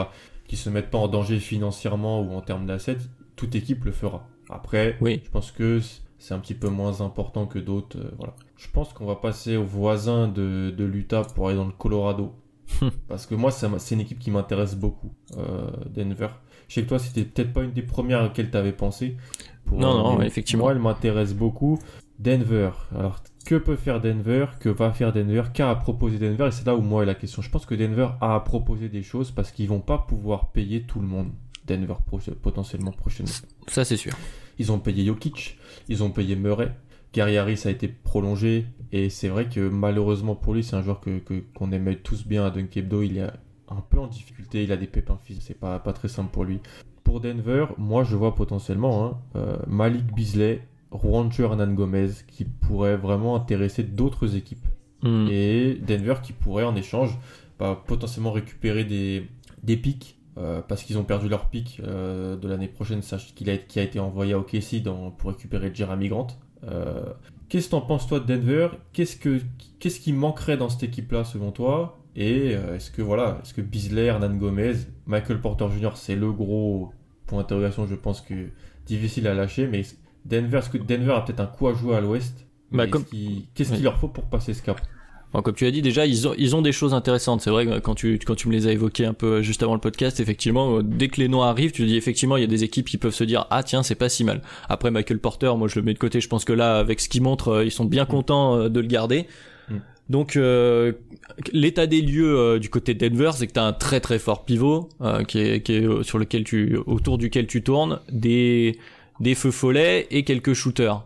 se mettent pas en danger financièrement ou en termes d'assets, toute équipe le fera. Après, je pense que c'est un petit peu moins important que d'autres. Voilà. Je pense qu'on va passer aux voisins de l'Utah pour aller dans le Colorado. Parce que moi, c'est une équipe qui m'intéresse beaucoup, Denver. Je sais que toi, c'était peut-être pas une des premières auxquelles tu avais pensé. Non, effectivement. Moi, elle m'intéresse beaucoup. Denver. Alors, que peut faire Denver, que va faire Denver, qu'a à proposer Denver, et c'est là où moi est la question. Je pense que Denver a à proposer des choses parce qu'ils vont pas pouvoir payer tout le monde. Denver potentiellement prochainement. Ça c'est sûr. Ils ont payé Jokic, ils ont payé Murray, Gary Harris a été prolongé, et c'est vrai que malheureusement pour lui, c'est un joueur qu'on aimait tous bien à Dunk Hebdo, il est un peu en difficulté, il a des pépins physiques, c'est pas très simple pour lui. Pour Denver, moi je vois potentiellement Malik Beasley, Juancho Hernangomez qui pourrait vraiment intéresser d'autres équipes. Et Denver qui pourrait en échange potentiellement récupérer des pics. Parce qu'ils ont perdu leur pick de l'année prochaine, qui a été envoyé à OKC pour récupérer Jeremy Grant. Qu'est-ce que t'en penses toi de Denver ? Qu'est-ce qui manquerait dans cette équipe-là selon toi ? Et est-ce que Beasley, Hernangomez, Michael Porter Jr. c'est le gros point d'interrogation, je pense que difficile à lâcher, mais est-ce que Denver a peut-être un coup à jouer à l'Ouest ? Qu'est-ce qu'il leur faut pour passer ce cap ? Bon, comme tu l'as dit, déjà, ils ont des choses intéressantes. C'est vrai que quand tu me les as évoquées un peu juste avant le podcast, effectivement, dès que les noms arrivent, tu te dis effectivement, il y a des équipes qui peuvent se dire, ah tiens, c'est pas si mal. Après, Michael Porter, moi, je le mets de côté. Je pense que là, avec ce qu'il montre, ils sont bien contents de le garder. Donc, l'état des lieux du côté de Denver, c'est que t'as un très très fort pivot qui est autour duquel tu tournes, des feux follets et quelques shooters.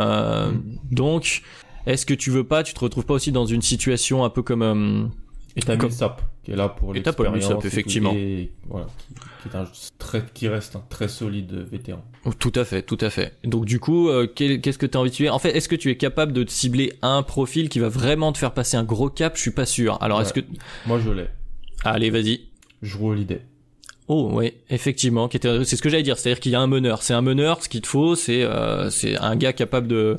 Donc, est-ce que tu te retrouves pas aussi dans une situation un peu comme et t'as Millsap qui est là pour l'expérience, Millsap, effectivement, et voilà, qui reste un très solide vétéran. Tout à fait. Donc du coup, qu'est-ce que tu as envie de cibler ? En fait, est-ce que tu es capable de te cibler un profil qui va vraiment te faire passer un gros cap ? Je suis pas sûr. Alors est-ce que moi je l'ai. Allez, vas-y. Jrue Holiday. Oh ouais, effectivement, c'est ce que j'allais dire, c'est-à-dire qu'il y a un meneur. C'est un meneur, ce qu'il te faut, c'est un gars capable de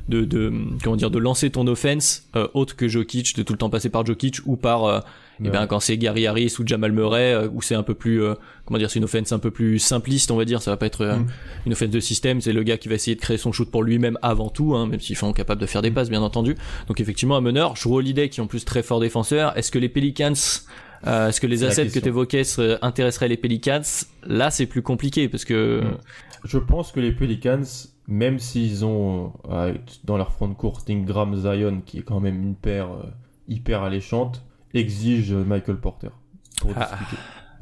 lancer ton offense autre que Jokic, de tout le temps passer par Jokic ou par quand c'est Gary Harris ou Jamal Murray où c'est un peu plus c'est une offense un peu plus simpliste, on va dire, ça va pas être une offense de système, c'est le gars qui va essayer de créer son shoot pour lui-même avant tout, même s'ils sont capables de faire des passes bien entendu. Donc effectivement un meneur, Jrue Holiday qui est en plus très fort défenseur. Est-ce que les Pelicans est-ce que les assets que tu évoquais intéresseraient les Pelicans ? Là, c'est plus compliqué parce que je pense que les Pelicans, même s'ils ont dans leur front de court Ingram, Zion, qui est quand même une paire hyper alléchante, exigent Michael Porter pour discuter.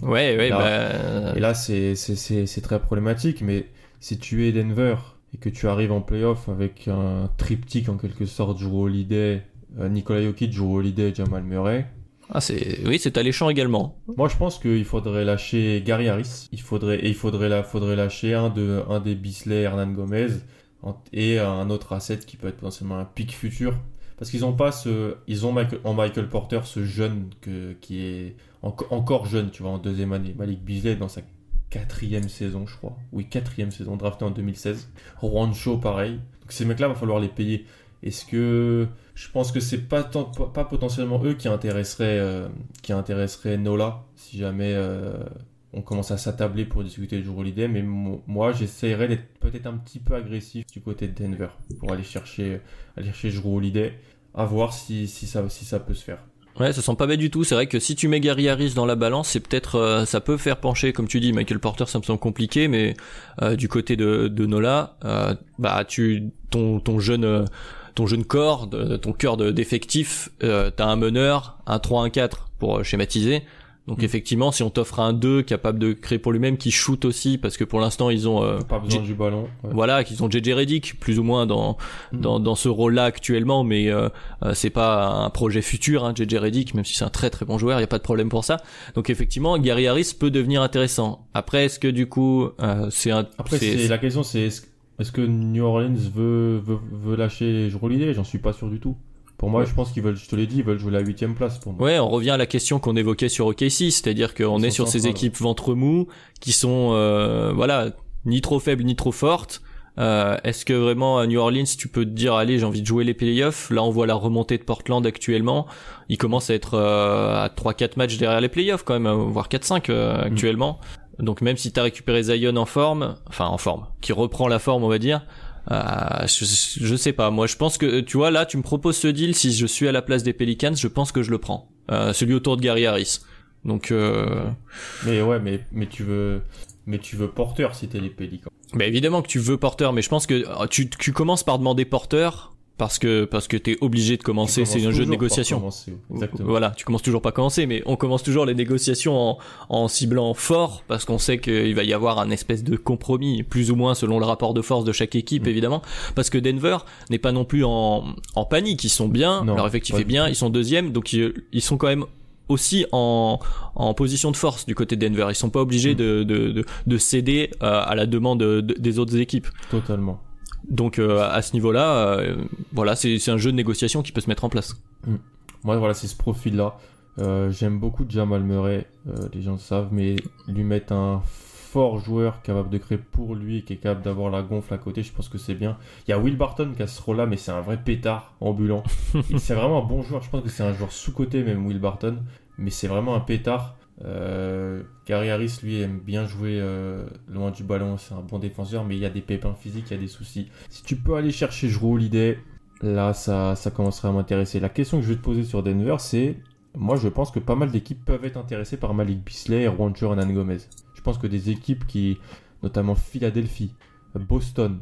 Ouais. Et là, c'est très problématique. Mais si tu es Denver et que tu arrives en playoff avec un triptyque en quelque sorte, Jrue Holiday, Nikola Jokic, Jrue Holiday, Jamal Murray. C'est alléchant également. Moi, je pense qu'il faudrait lâcher Gary Harris. Il faudrait lâcher un des Beasley, Hernangomez et un autre asset qui peut être potentiellement un pick futur. Parce qu'ils ont Michael Porter, ce jeune qui est encore jeune, tu vois, en deuxième année. Malik Beasley dans sa 4e saison, je crois. Oui, 4e saison, drafté en 2016. Juancho, pareil. Donc ces mecs-là, va falloir les payer. Est-ce que je pense que c'est pas potentiellement eux qui intéresseraient Nola si jamais on commence à s'attabler pour discuter de Jrue Holiday, mais moi j'essaierais d'être peut-être un petit peu agressif du côté de Denver pour aller chercher Jrue Holiday, à voir si ça peut se faire. Ouais, ça sent pas bête du tout. C'est vrai que si tu mets Gary Harris dans la balance, c'est peut-être ça peut faire pencher, comme tu dis, Michael Porter, ça me semble compliqué, mais du côté de Nola, ton jeune corps, ton cœur d'effectif, t'as un meneur, un 3-1-4 pour schématiser. Donc effectivement, si on t'offre un 2 capable de créer pour lui-même, qui shoot aussi, parce que pour l'instant ils ont pas besoin du ballon. Ouais. Voilà, qu'ils ont JJ Redick plus ou moins dans ce rôle-là actuellement, mais c'est pas un projet futur, JJ Redick, même si c'est un très très bon joueur, il y a pas de problème pour ça. Donc effectivement, Gary Harris peut devenir intéressant. Après, est-ce que du coup la question c'est est-ce que New Orleans veut lâcher Jrue Holiday ? J'en suis pas sûr du tout. Pour moi, je pense qu'ils veulent, je te l'ai dit, ils veulent jouer la 8e place pour moi. Ouais, on revient à la question qu'on évoquait sur OKC, c'est-à-dire qu'on est sur ces équipes ventre mou qui sont ni trop faibles ni trop fortes. Est-ce que vraiment à New Orleans tu peux te dire allez, j'ai envie de jouer les playoffs ? Là, on voit la remontée de Portland actuellement. Ils commencent à être à 3-4 matchs derrière les playoffs quand même, voire 4-5 actuellement. Donc même si t'as récupéré Zion en forme, qui reprend la forme, on va dire, je sais pas. Moi, je pense que, tu vois, là, tu me proposes ce deal. Si je suis à la place des Pelicans, je pense que je le prends. Celui autour de Gary Harris. Donc, Mais tu veux Porter si t'es les Pelicans. Bah évidemment que tu veux Porter, mais je pense que tu commences par demander Porter parce que t'es obligé de commencer, c'est un jeu de négociation. Exactement. Voilà, tu commences toujours pas à commencer, mais on commence toujours les négociations en ciblant fort, parce qu'on sait qu'il va y avoir un espèce de compromis, plus ou moins selon le rapport de force de chaque équipe, évidemment, parce que Denver n'est pas non plus en panique, ils sont bien, leur effectif est bien, ils sont deuxième, donc ils sont quand même aussi en position de force du côté de Denver, ils sont pas obligés de céder à la demande des autres équipes. Totalement. Donc à ce niveau-là, voilà, c'est un jeu de négociation qui peut se mettre en place. Moi, voilà, c'est ce profil-là. J'aime beaucoup Jamal Murray, les gens le savent, mais lui mettre un fort joueur capable de créer pour lui, qui est capable d'avoir la gonfle à côté, je pense que c'est bien. Il y a Will Barton qui a ce rôle-là, mais c'est un vrai pétard ambulant. C'est vraiment un bon joueur, je pense que c'est un joueur sous-coté même, Will Barton, mais c'est vraiment un pétard. Gary Harris, lui, aime bien jouer loin du ballon, c'est un bon défenseur, mais il y a des pépins physiques, il y a des soucis. Si tu peux aller chercher Jrue Holiday, là ça commencerait à m'intéresser. La question que je vais te poser sur Denver, c'est, moi je pense que pas mal d'équipes peuvent être intéressées par Malik Beasley et Juancho Hernan Gomez. Je pense que des équipes qui, notamment Philadelphie, Boston,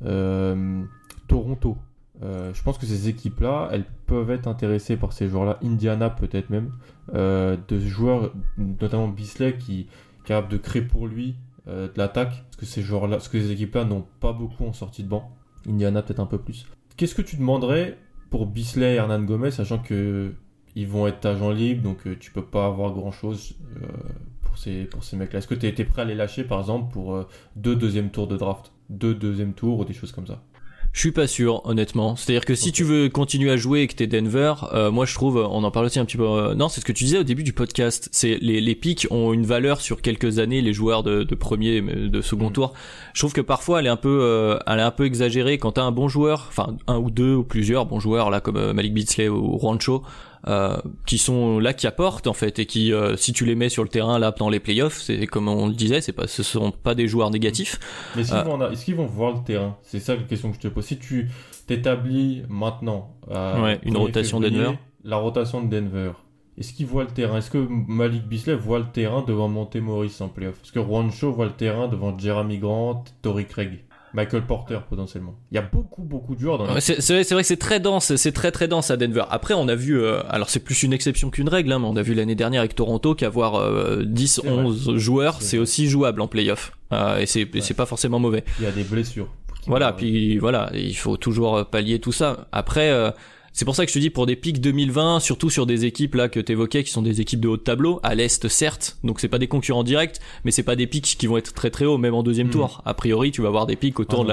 Toronto, je pense que ces équipes-là, elles peuvent être intéressées par ces joueurs-là, Indiana peut-être même, de joueurs, notamment Beasley, qui est capable de créer pour lui de l'attaque, parce que ces joueurs-là, parce que ces équipes-là n'ont pas beaucoup en sortie de banc. Indiana peut-être un peu plus. Qu'est-ce que tu demanderais pour Beasley et Hernan Gomez, sachant que ils vont être agents libres, donc tu peux pas avoir grand-chose pour ces mecs-là. Est-ce que tu es prêt à les lâcher, par exemple, pour 2 deuxièmes tours de draft, 2 deuxièmes tours ou des choses comme ça? Je suis pas sûr, honnêtement. C'est-à-dire que si tu veux continuer à jouer et que t'es Denver, moi je trouve, on en parle aussi un petit peu. Non, c'est ce que tu disais au début du podcast. C'est les pics ont une valeur sur quelques années, les joueurs de premier, de second tour. Je trouve que parfois elle est un peu exagérée quand t'as un bon joueur, enfin un ou deux ou plusieurs bons joueurs là comme Malik Beasley ou Juancho. Qui sont là, qui apportent en fait, et qui si tu les mets sur le terrain là dans les playoffs, c'est comme on le disait, ce sont pas des joueurs négatifs. Mais est-ce qu'ils vont voir le terrain? C'est ça la question que je te pose. Si tu t'établis maintenant une rotation Denver, la rotation de Denver, est-ce qu'ils voient le terrain? Est-ce que Malik Beasley voit le terrain devant Monte Morris en playoff? Est-ce que Juancho voit le terrain devant Jeremy Grant, Torrey Craig, Michael Porter potentiellement? Il y a beaucoup de joueurs dans c'est vrai que c'est très dense, c'est très très dense à Denver. Après on a vu, alors c'est plus une exception qu'une règle, hein, mais on a vu l'année dernière avec Toronto qu'avoir 10-11 joueurs, c'est aussi jouable en playoff, et c'est pas forcément mauvais. Il y a des blessures. Voilà, puis voilà, il faut toujours pallier tout ça. Après c'est pour ça que je te dis, pour des pics 2020, surtout sur des équipes là que t'évoquais, qui sont des équipes de haut de tableau, à l'Est certes, donc c'est pas des concurrents directs, mais c'est pas des pics qui vont être très très hauts, même en deuxième tour. A priori, tu vas avoir des pics autour du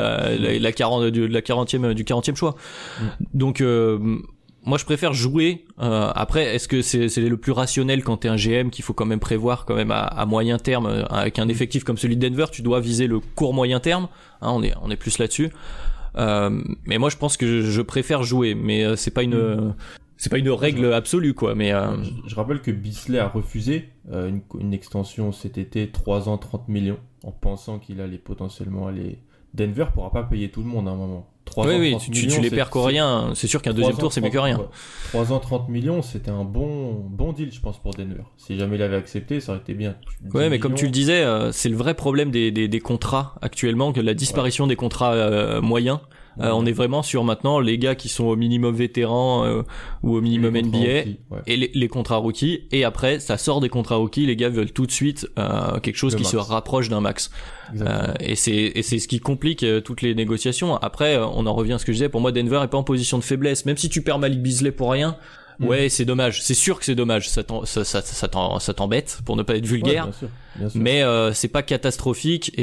40e choix. Donc moi je préfère jouer. Après, est-ce que c'est le plus rationnel quand t'es un GM, qu'il faut quand même prévoir quand même à moyen terme, avec un effectif comme celui de Denver, tu dois viser le court moyen terme, hein, on est plus là-dessus. Mais moi je pense que je préfère jouer, mais c'est pas une règle absolue quoi. Mais je rappelle que Beasley a refusé une extension cet été, 3 ans 30 millions, en pensant qu'il allait potentiellement aller. Denver pourra pas payer tout le monde à un moment. 3 ans, 30 millions, tu les perds coréens, c'est sûr qu'un deuxième tour c'est mieux que rien. Ouais. 3 ans 30 millions, c'était un bon deal je pense pour Denver. Si jamais il avait accepté, ça aurait été bien. Ouais, mais comme tu le disais, c'est le vrai problème des contrats actuellement, que la disparition des contrats moyens. On est vraiment sur maintenant les gars qui sont au minimum vétérans ou au minimum NBA rookie, et les contrats rookies, et après ça sort des contrats rookies, les gars veulent tout de suite quelque chose qui se rapproche d'un max, et c'est ce qui complique toutes les négociations. Après on en revient à ce que je disais, pour moi Denver est pas en position de faiblesse, même si tu perds Malik Beasley pour rien. Ouais, c'est dommage. C'est sûr que c'est dommage. Ça t'embête, pour ne pas être vulgaire. Ouais, bien sûr. Mais c'est pas catastrophique.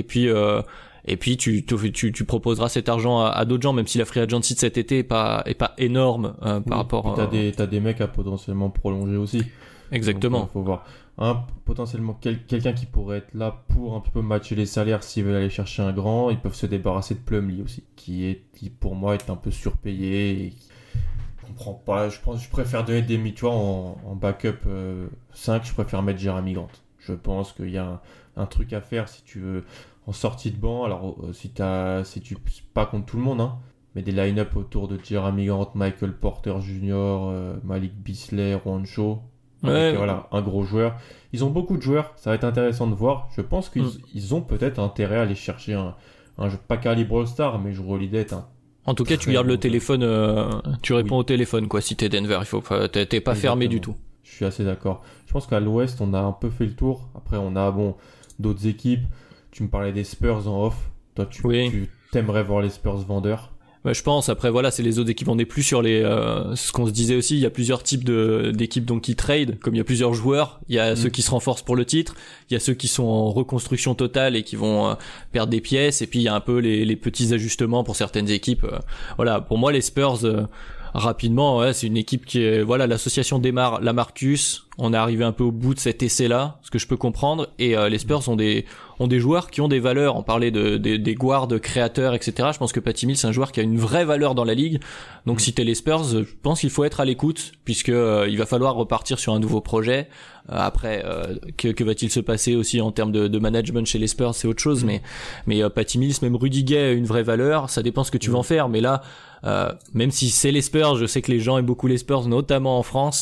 Et puis tu proposeras cet argent à d'autres gens, même si la free agency de cet été est pas énorme par rapport. T'as des mecs à potentiellement prolonger aussi. Exactement. Donc, faut voir. Potentiellement quelqu'un qui pourrait être là pour un peu matcher les salaires s'ils veulent aller chercher un grand. Ils peuvent se débarrasser de Plumlee aussi, qui pour moi est un peu surpayé. Et je comprends pas. Je préfère donner des tu vois, en backup 5. Je préfère mettre Jeremy Grant. Je pense qu'il y a un truc à faire si tu veux. En sortie de banc, alors si tu pas contre tout le monde, hein, mais des line-up autour de Jeremy Grant, Michael Porter Jr., Malik Beasley, Juancho, voilà, un gros joueur. Ils ont beaucoup de joueurs, ça va être intéressant de voir. Je pense qu'ils ont peut-être intérêt à aller chercher un jeu pas calibre All-Star, mais Jrue Holiday est un En tout cas, tu gardes le téléphone, tu réponds au téléphone, quoi. Si t'es Denver, il faut pas, t'es pas fermé du tout. Je suis assez d'accord. Je pense qu'à l'Ouest, on a un peu fait le tour. Après, on a d'autres équipes. Tu me parlais des Spurs en off. Toi, tu t'aimerais voir les Spurs vendeurs. Ouais, je pense. Après, voilà, c'est les autres équipes. On n'est plus sur ce qu'on se disait aussi. Il y a plusieurs types d'équipes donc qui trade. Comme il y a plusieurs joueurs, il y a ceux qui se renforcent pour le titre. Il y a ceux qui sont en reconstruction totale et qui vont perdre des pièces. Et puis il y a un peu les petits ajustements pour certaines équipes. Voilà. Pour moi, les Spurs, rapidement, ouais, c'est une équipe qui est, voilà, l'association démarre. Lamarcus, on est arrivé un peu au bout de cet essai-là, ce que je peux comprendre. Et les Spurs ont des joueurs qui ont des valeurs. On parlait des guards créateurs, etc. Je pense que Patty Mills, c'est un joueur qui a une vraie valeur dans la ligue. Donc si t'es les Spurs, je pense qu'il faut être à l'écoute, puisque il va falloir repartir sur un nouveau projet. Après, que va-t-il se passer aussi en termes de management chez les Spurs, c'est autre chose. Mais Patty Mills, même Rudy Gay a une vraie valeur. Ça dépend ce que tu veux en faire. Mais là, même si c'est les Spurs, je sais que les gens aiment beaucoup les Spurs, notamment en France.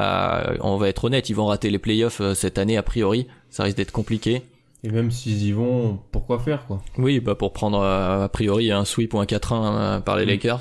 On va être honnête, ils vont rater les playoffs cette année a priori. Ça risque d'être compliqué. Et même s'ils y vont, pourquoi faire, quoi? Oui, bah pour prendre a priori un sweep ou un 4-1 par les Lakers.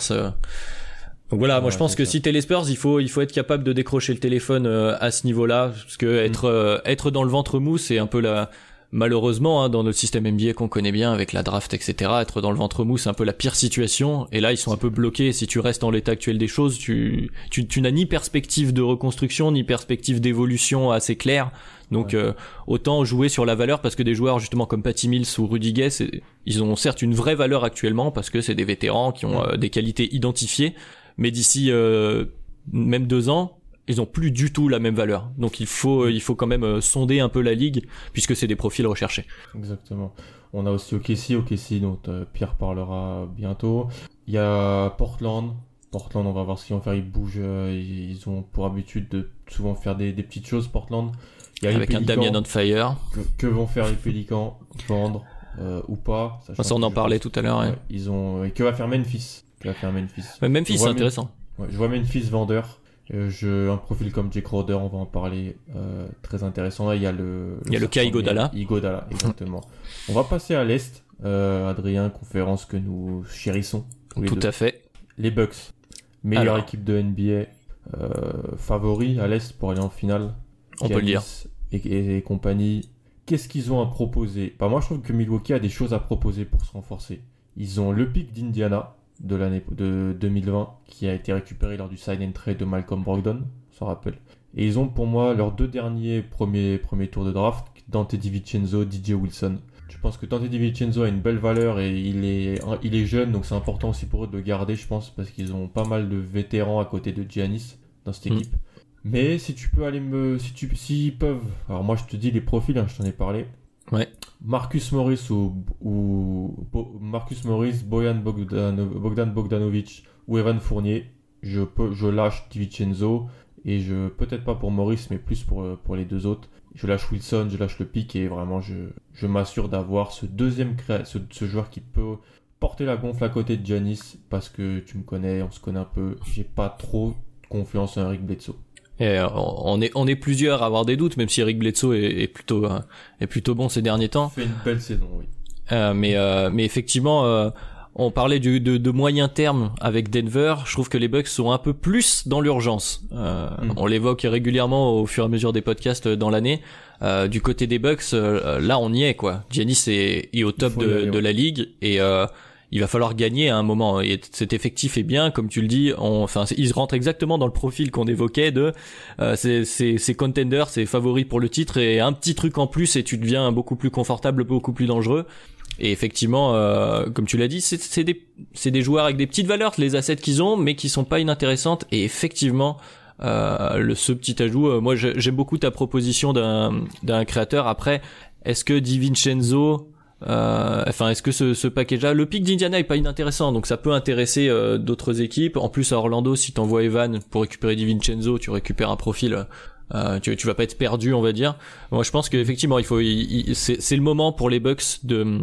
Donc voilà, moi je pense que si t'es les Spurs, il faut être capable de décrocher le téléphone à ce niveau-là, parce que être dans le ventre mou, c'est un peu malheureusement, dans notre système NBA qu'on connaît bien avec la draft, etc., être dans le ventre mou, c'est un peu la pire situation. Et là, ils sont un peu bloqués. Si tu restes dans l'état actuel des choses, tu n'as ni perspective de reconstruction, ni perspective d'évolution assez claire. Donc, autant jouer sur la valeur, parce que des joueurs, justement, comme Patty Mills ou Rudy Gay, ils ont certes une vraie valeur actuellement, parce que c'est des vétérans qui ont des qualités identifiées. Mais d'ici, même 2 ans, ils ont plus du tout la même valeur. Donc il faut quand même sonder un peu la ligue, puisque c'est des profils recherchés. Exactement. On a aussi OKC dont Pierre parlera bientôt. Il y a Portland, on va voir ce qu'ils vont faire. Ils bougent, ils ont pour habitude de souvent faire des petites choses, Portland. Il y a avec un Damian on fire. Que vont faire les Pélicans? Vendre ou pas? Ça, on en parlait tout à l'heure. Ouais. Ils ont... Et que va faire Memphis? Memphis, c'est intéressant. Je vois Memphis vendeur. Un profil comme Jake Crowder, on va en parler, très intéressant. Là, il y a le cas Iguodala, exactement. On va passer à l'Est, Adrien, conférence que nous chérissons. Tout à fait. Les Bucks, meilleure équipe de NBA, favori à l'Est pour aller en finale. On peut le dire. Et compagnie. Qu'est-ce qu'ils ont à proposer? Moi, je trouve que Milwaukee a des choses à proposer pour se renforcer. Ils ont le pick d'Indiana de l'année de 2020 qui a été récupéré lors du sign and trade de Malcolm Brogdon, on s'en rappelle. Et ils ont pour moi leurs 2 derniers premiers tours de draft, Dante DiVincenzo, DJ Wilson. Je pense que Dante DiVincenzo a une belle valeur et il est jeune, donc c'est important aussi pour eux de le garder, je pense, parce qu'ils ont pas mal de vétérans à côté de Giannis dans cette équipe. Mais si tu peux s'ils peuvent, alors moi je te dis les profils, je t'en ai parlé. Ouais. Marcus Morris Bogdan Bogdanovic ou Evan Fournier, je lâche DiVincenzo et peut-être pas pour Morris mais plus pour les 2 autres. Je lâche Wilson, je lâche le pick et vraiment je m'assure d'avoir ce ce joueur qui peut porter la gonfle à côté de Giannis, parce que tu me connais, on se connaît un peu, j'ai pas trop confiance en Eric Bledsoe. Et on est plusieurs à avoir des doutes, même si Eric Bledsoe est plutôt bon ces derniers temps. Il fait une belle saison, oui. Mais effectivement, on parlait de moyen terme avec Denver. Je trouve que les Bucks sont un peu plus dans l'urgence. On l'évoque régulièrement au fur et à mesure des podcasts dans l'année. Du côté des Bucks, là on y est, quoi. Giannis est au top de la ligue et il va falloir gagner à un moment. Et cet effectif est bien, comme tu le dis. Il rentre exactement dans le profil qu'on évoquait de c'est contender, c'est favori pour le titre et un petit truc en plus et tu deviens beaucoup plus confortable, beaucoup plus dangereux. Et effectivement, comme tu l'as dit, c'est des joueurs avec des petites valeurs, les assets qu'ils ont, mais qui sont pas inintéressantes. Et effectivement, ce petit ajout, moi j'aime beaucoup ta proposition d'un créateur. Après, est-ce que DiVincenzo est-ce que ce package-là, le pick d'Indiana est pas inintéressant, donc ça peut intéresser d'autres équipes. En plus à Orlando, si t'envoies Evan pour récupérer DiVincenzo, tu récupères un profil, tu vas pas être perdu, on va dire. Moi je pense qu'effectivement c'est le moment pour les Bucks de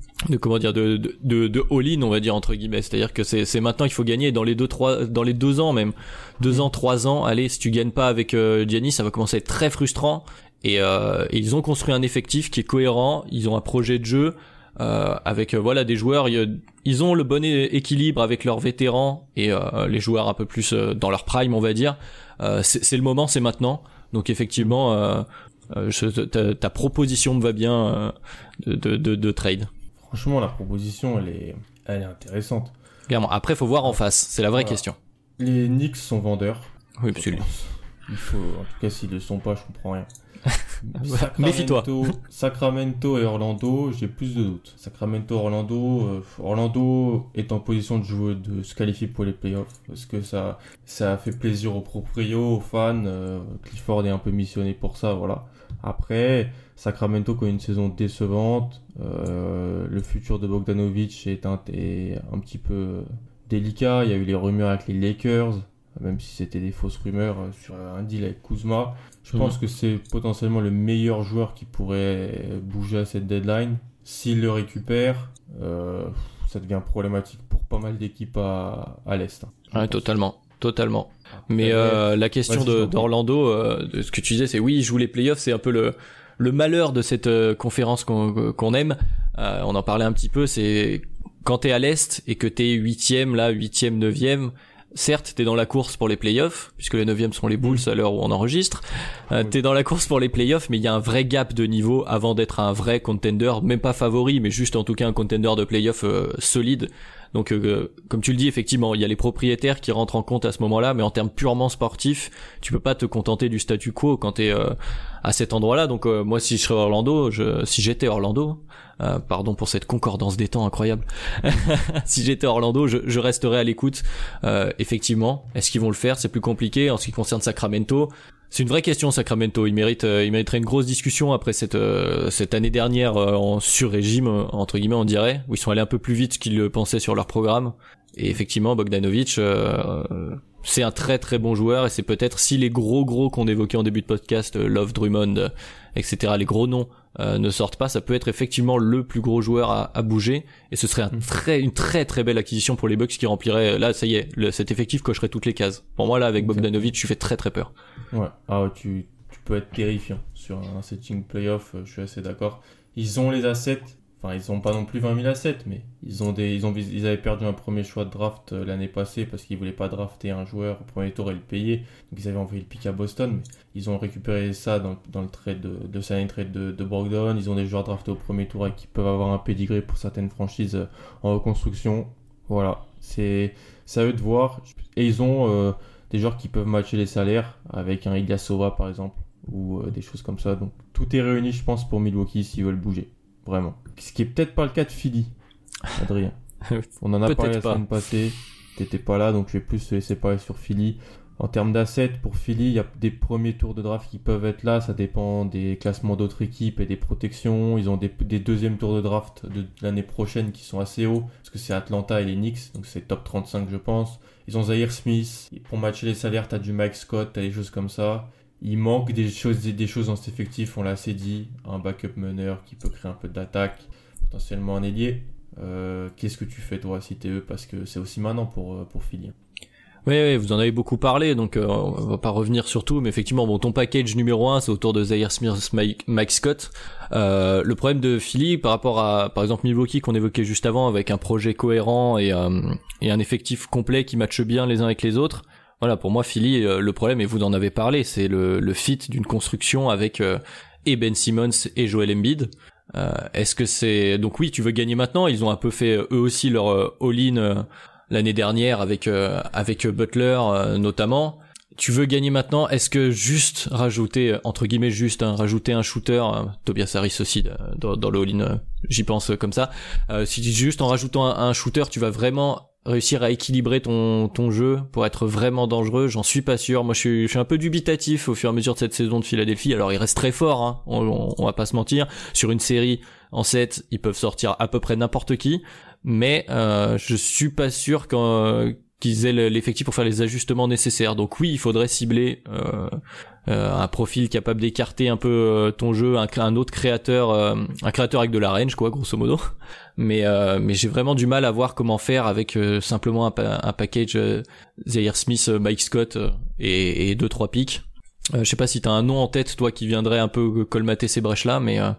all-in, on va dire, entre guillemets. C'est-à-dire que c'est maintenant, il faut gagner dans les 2 ans même. 2 ans, 3 ans. Allez, si tu gagnes pas avec Giannis, ça va commencer à être très frustrant. Et ils ont construit un effectif qui est cohérent. Ils ont un projet de jeu. avec voilà des joueurs. Ils ont le bon équilibre avec leurs vétérans et les joueurs un peu plus dans leur prime, on va dire. C'est le moment, c'est maintenant. Donc effectivement, ta proposition me va bien de trade. Franchement, la proposition, elle est intéressante. Clairement. Après, faut voir en face. C'est la vraie question. Les Knicks sont vendeurs. Oui, absolument. Il faut, en tout cas, s'ils le sont pas, je comprends rien. Méfie-toi. Sacramento et Orlando, j'ai plus de doutes. Orlando est en position de se qualifier pour les playoffs parce que ça a fait plaisir aux proprios, aux fans. Clifford est un peu missionné pour ça, voilà. Après, Sacramento qui a une saison décevante. Le futur de Bogdanovic est un petit peu délicat. Il y a eu les rumeurs avec les Lakers, même si c'était des fausses rumeurs sur un deal avec Kuzma. Je pense que c'est potentiellement le meilleur joueur qui pourrait bouger à cette deadline. S'il le récupère, ça devient problématique pour pas mal d'équipes à l'Est. Ouais, totalement. Mais la question d'Orlando, ce que tu disais, c'est oui, ils jouent les playoffs, c'est un peu le malheur de cette conférence qu'on aime. On en parlait un petit peu, c'est quand t'es à l'Est et que t'es 8e, 9e, certes, t'es dans la course pour les playoffs, puisque les 9e sont les Bulls à l'heure où on enregistre. T'es dans la course pour les playoffs, mais il y a un vrai gap de niveau avant d'être un vrai contender, même pas favori, mais juste en tout cas un contender de playoffs solide. Donc, comme tu le dis, effectivement, il y a les propriétaires qui rentrent en compte à ce moment-là, mais en termes purement sportifs, tu peux pas te contenter du statu quo quand t'es à cet endroit-là. Donc, moi, si j'étais Orlando, pardon pour cette concordance des temps incroyable. Si j'étais Orlando, je resterais à l'écoute. Effectivement, est-ce qu'ils vont le faire? C'est plus compliqué. En ce qui concerne Sacramento, c'est une vraie question. Sacramento, il mériterait une grosse discussion après cette année dernière en sur-régime entre guillemets, on dirait, où ils sont allés un peu plus vite qu'ils le pensaient sur leur programme. Et effectivement, Bogdanovic, c'est un très très bon joueur et c'est peut-être, si les gros qu'on évoquait en début de podcast, Love, Drummond, etc., les gros noms ne sortent pas, ça peut être effectivement le plus gros joueur à bouger, et ce serait une très très belle acquisition pour les Bucks qui remplirait, là ça y est, cet effectif cocherait toutes les cases. Pour moi là, avec Bogdanovic, tu fais très très peur. Ouais, tu peux être terrifiant sur un setting playoff, je suis assez d'accord. Ils ont les assets. Enfin, ils ont pas non plus 20 000 assets, mais ils avaient perdu un premier choix de draft l'année passée parce qu'ils voulaient pas drafter un joueur au premier tour et le payer. Donc ils avaient envoyé le pick à Boston, mais ils ont récupéré ça dans le trade de signing trade de Brogdon. Ils ont des joueurs draftés au premier tour et qui peuvent avoir un pedigree pour certaines franchises en reconstruction. Voilà, c'est à eux de voir. Et ils ont des joueurs qui peuvent matcher les salaires avec un Ilyasova par exemple, ou des choses comme ça. Donc tout est réuni, je pense, pour Milwaukee s'ils veulent bouger. Vraiment. Ce qui est peut-être pas le cas de Philly, Adrien. On en a parlé la semaine passée. T'étais pas là, donc je vais plus te laisser parler sur Philly. En termes d'assets, pour Philly, il y a des premiers tours de draft qui peuvent être là. Ça dépend des classements d'autres équipes et des protections. Ils ont des deuxièmes tours de draft de l'année prochaine qui sont assez hauts, parce que c'est Atlanta et les Knicks, donc c'est top 35 je pense. Ils ont Zaire Smith. Et pour matcher les salaires, t'as du Mike Scott, t'as des choses comme ça. Il manque des choses dans cet effectif, on l'a assez dit. Un backup meneur qui peut créer un peu d'attaque, potentiellement un ailier. Qu'est-ce que tu fais toi si t'es eux, parce que c'est aussi maintenant pour Philly. Oui, vous en avez beaucoup parlé, donc on va pas revenir sur tout, mais effectivement, bon, ton package numéro 1, c'est autour de Zaire Smith, Mike Scott. Le problème de Philly par rapport à, par exemple, Milwaukee qu'on évoquait juste avant, avec un projet cohérent et un effectif complet qui matche bien les uns avec les autres. Voilà, pour moi, Philly, le problème, et vous en avez parlé, c'est le fit d'une construction avec et Ben Simmons et Joel Embiid. Est-ce que c'est... Donc oui, tu veux gagner maintenant. Ils ont un peu fait eux aussi leur all-in l'année dernière avec Butler notamment. Tu veux gagner maintenant. Est-ce que juste rajouter, entre guillemets rajouter un shooter, Tobias Harris aussi dans le all-in, j'y pense comme ça. Si juste en rajoutant un shooter, tu vas vraiment réussir à équilibrer ton jeu pour être vraiment dangereux, j'en suis pas sûr. Moi je suis un peu dubitatif au fur et à mesure de cette saison de Philadelphie. Alors il reste très fort, hein, on va pas se mentir. Sur une série en 7, ils peuvent sortir à peu près n'importe qui, mais je suis pas sûr qu'ils aient l'effectif pour faire les ajustements nécessaires. Donc oui, il faudrait cibler un profil capable d'écarter un peu ton jeu, un autre créateur, un créateur avec de la range, quoi, grosso modo. Mais j'ai vraiment du mal à voir comment faire avec simplement un package Zaire Smith, Mike Scott et 2-3 picks. Je sais pas si t'as un nom en tête, toi, qui viendrait un peu colmater ces brèches-là, mais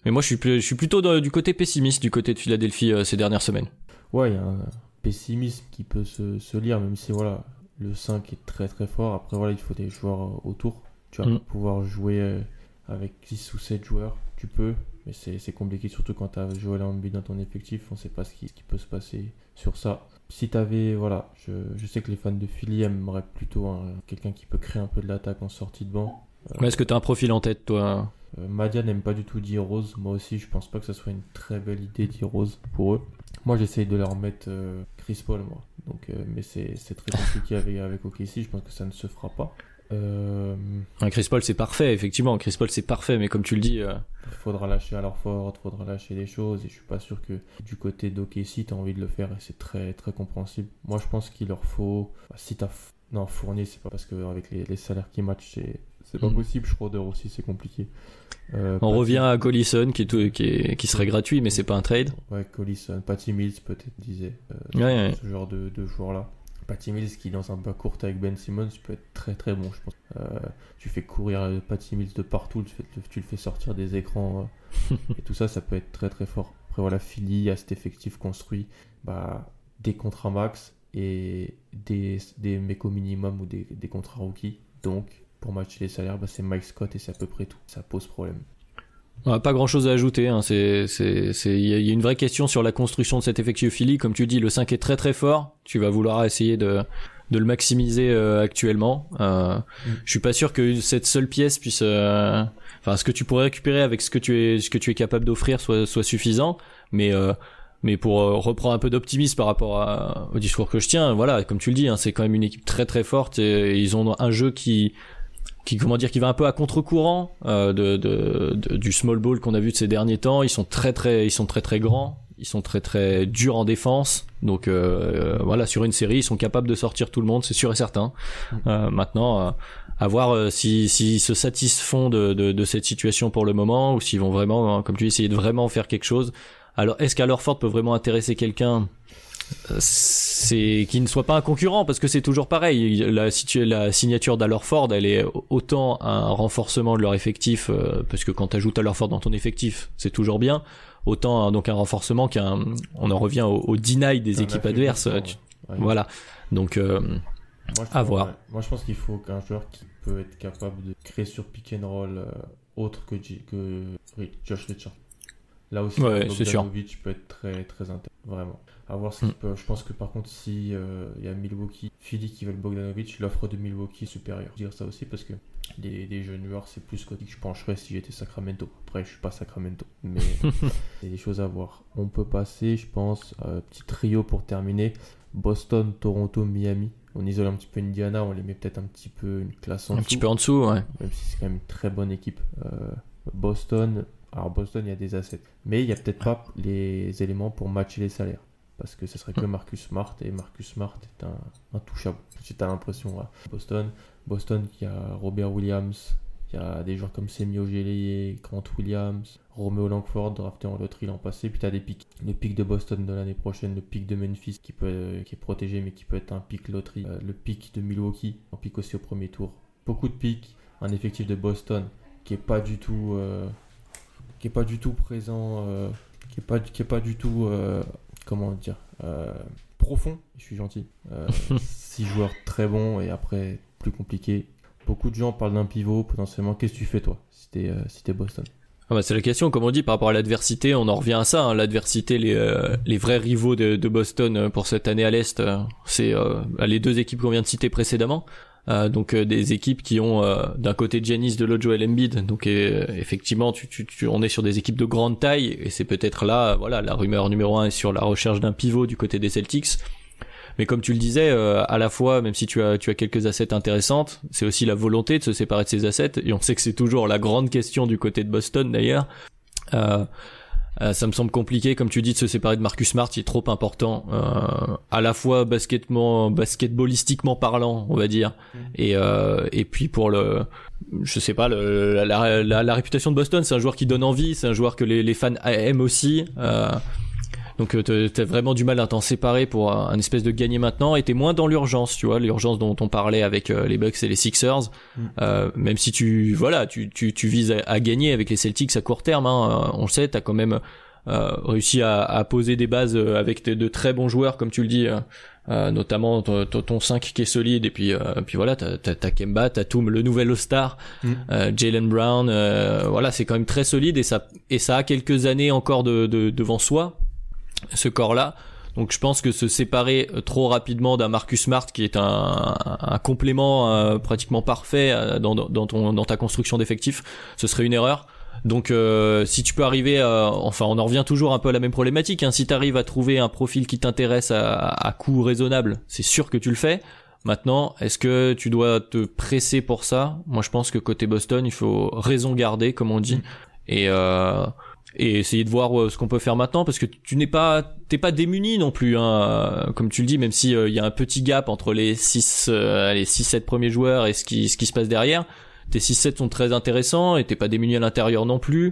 Mais moi, je suis plutôt du côté pessimiste du côté de Philadelphie ces dernières semaines. Ouais, il y a un pessimisme qui peut se lire, même si voilà, le 5 est très très fort. Après, voilà, il faut des joueurs autour. Tu vas pas pouvoir jouer avec 6 ou 7 joueurs. Tu peux, mais c'est compliqué, surtout quand tu as Joel Embiid dans ton effectif. On sait pas ce qui peut se passer sur ça. Si tu avais, voilà, je sais que les fans de Philly aimeraient plutôt quelqu'un qui peut créer un peu de l'attaque en sortie de banc. Mais est-ce que tu as un profil en tête, toi? Madia n'aime pas du tout D-Rose. Moi aussi, je pense pas que ça soit une très belle idée D-Rose pour eux. Moi, j'essaye de leur mettre Chris Paul, moi. Donc, mais c'est très compliqué avec OKC. Je pense que ça ne se fera pas. Chris Paul, c'est parfait, effectivement. Chris Paul, c'est parfait, mais comme tu le dis... Il faudra lâcher à leur Ford, il faudra lâcher des choses. Et je suis pas sûr que du côté d'OKC, tu as envie de le faire. Et c'est très, très compréhensible. Moi, je pense qu'il leur faut... Si tu as... Non, Fournier, c'est pas parce qu'avec les salaires qui matchent, c'est pas possible. Schroeder aussi, c'est compliqué. On revient à Collison qui serait gratuit, mais c'est pas un trade. Ouais, Collison, Patty Mills peut-être disait ce genre de joueur là. Patty Mills qui dans un bas court avec Ben Simmons peut être très très bon, je pense. Tu fais courir Patty Mills de partout, tu le fais sortir des écrans et tout ça peut être très très fort. Après voilà, Philly a cet effectif construit, des contrats max et des mecs au minimum ou des contrats rookies. Donc pour matcher les salaires, c'est Mike Scott et c'est à peu près tout. Ça pose problème. Ouais, pas grand chose à ajouter, hein. Il y a une vraie question sur la construction de cet effectif Philly. Comme tu dis, le 5 est très très fort. Tu vas vouloir essayer de le maximiser actuellement. Je suis pas sûr que cette seule pièce puisse, ce que tu pourrais récupérer avec ce que tu es capable d'offrir soit suffisant. Mais pour reprendre un peu d'optimisme par rapport au discours que je tiens, voilà, comme tu le dis, hein, c'est quand même une équipe très très forte et ils ont un jeu qui va un peu à contre-courant du small ball qu'on a vu de ces derniers temps. Ils sont très très grands, ils sont très très durs en défense. Donc voilà, sur une série, ils sont capables de sortir tout le monde, c'est sûr et certain. Maintenant, à voir s'ils se satisfont de cette situation pour le moment ou s'ils vont vraiment, comme tu dis, essayer de vraiment faire quelque chose. Alors, est-ce qu'Al Horford peut vraiment intéresser quelqu'un? C'est qu'il ne soit pas un concurrent, parce que c'est toujours pareil. La signature d'Al Horford, elle est autant un renforcement de leur effectif, parce que quand tu ajoutes Al Horford dans ton effectif, c'est toujours bien, autant donc un renforcement on en revient au deny des équipes adverses. Voilà. Donc à voir. Ouais. Moi je pense qu'il faut qu'un joueur qui peut être capable de créer sur pick and roll autre que Josh Richardson. Là aussi, Bogdanovic peut être très très intéressant, vraiment. À voir ce qu'il peut. Je pense que par contre, si il y a Philly qui veut le Bogdanovic, l'offre de Milwaukee est supérieure. Je veux dire ça aussi parce que des jeunes joueurs, c'est plus côté que je pencherais si j'étais Sacramento. Après, je suis pas Sacramento, mais c'est des choses à voir. On peut passer, je pense, petit trio pour terminer. Boston, Toronto, Miami. On isole un petit peu Indiana, on les met peut-être un petit peu une classe en dessous. Un petit peu en dessous, ouais. Même si c'est quand même une très bonne équipe. Boston, il y a des assets. Mais il n'y a peut-être pas les éléments pour matcher les salaires. Parce que ce serait que Marcus Smart. Et Marcus Smart est intouchable. Tu as l'impression à Boston. Il y a Robert Williams. Il y a des joueurs comme Semi Ojeleye, Grant Williams, Romeo Langford, drafté en loterie l'an passé. Puis tu as des pics. Le pic de Boston de l'année prochaine, le pic de Memphis qui est protégé mais qui peut être un pic loterie. Le pic de Milwaukee, un pic aussi au premier tour. Beaucoup de pics. Un effectif de Boston qui est pas du tout présent, qui est pas du tout comment dire, profond. Je suis gentil. 6 joueurs très bons et après plus compliqué. Beaucoup de gens parlent d'un pivot potentiellement. Qu'est-ce que tu fais toi si t'es Boston? C'est la question, comme on dit, par rapport à l'adversité, on en revient à ça, hein. L'adversité, les vrais rivaux de Boston pour cette année à l'Est, c'est les deux équipes qu'on vient de citer précédemment. Donc des équipes qui ont d'un côté Giannis, de l'autre Joel Embiid. Donc effectivement, on est sur des équipes de grande taille et c'est peut-être là, voilà, la rumeur numéro 1 est sur la recherche d'un pivot du côté des Celtics. Mais comme tu le disais, à la fois, même si tu as quelques assets intéressantes, c'est aussi la volonté de se séparer de ces assets. Et on sait que c'est toujours la grande question du côté de Boston d'ailleurs. Ça me semble compliqué, comme tu dis, de se séparer de Marcus Smart, il est trop important, à la fois basketballistiquement parlant, on va dire, et puis pour la réputation de Boston, c'est un joueur qui donne envie, c'est un joueur que les fans aiment aussi. Donc t'as vraiment du mal à t'en séparer pour un espèce de gagner maintenant, et t'es moins dans l'urgence, tu vois, l'urgence dont on parlait avec les Bucks et les Sixers. Même si tu vises à gagner avec les Celtics à court terme, hein, on le sait, t'as quand même réussi à poser des bases avec de très bons joueurs, comme tu le dis, notamment ton 5 qui est solide, et puis voilà, t'as Kemba, t'as Toum, le nouvel All-Star, Jaylen Brown, voilà, c'est quand même très solide, et ça a quelques années encore devant soi, ce corps-là. Donc je pense que se séparer trop rapidement d'un Marcus Smart, qui est un complément pratiquement parfait dans ta construction d'effectifs, ce serait une erreur. Donc si tu peux arriver enfin on en revient toujours un peu à la même problématique, hein, si tu arrives à trouver un profil qui t'intéresse à coût raisonnable, c'est sûr que tu le fais. Maintenant, est-ce que tu dois te presser pour ça? Moi je pense que côté Boston, il faut raison garder, comme on dit, et essayer de voir ce qu'on peut faire maintenant, parce que t'es pas démuni non plus, hein, comme tu le dis, même si il y a un petit gap entre les 6-7 premiers joueurs et ce qui se passe derrière. Tes 6-7 sont très intéressants, et t'es pas démuni à l'intérieur non plus,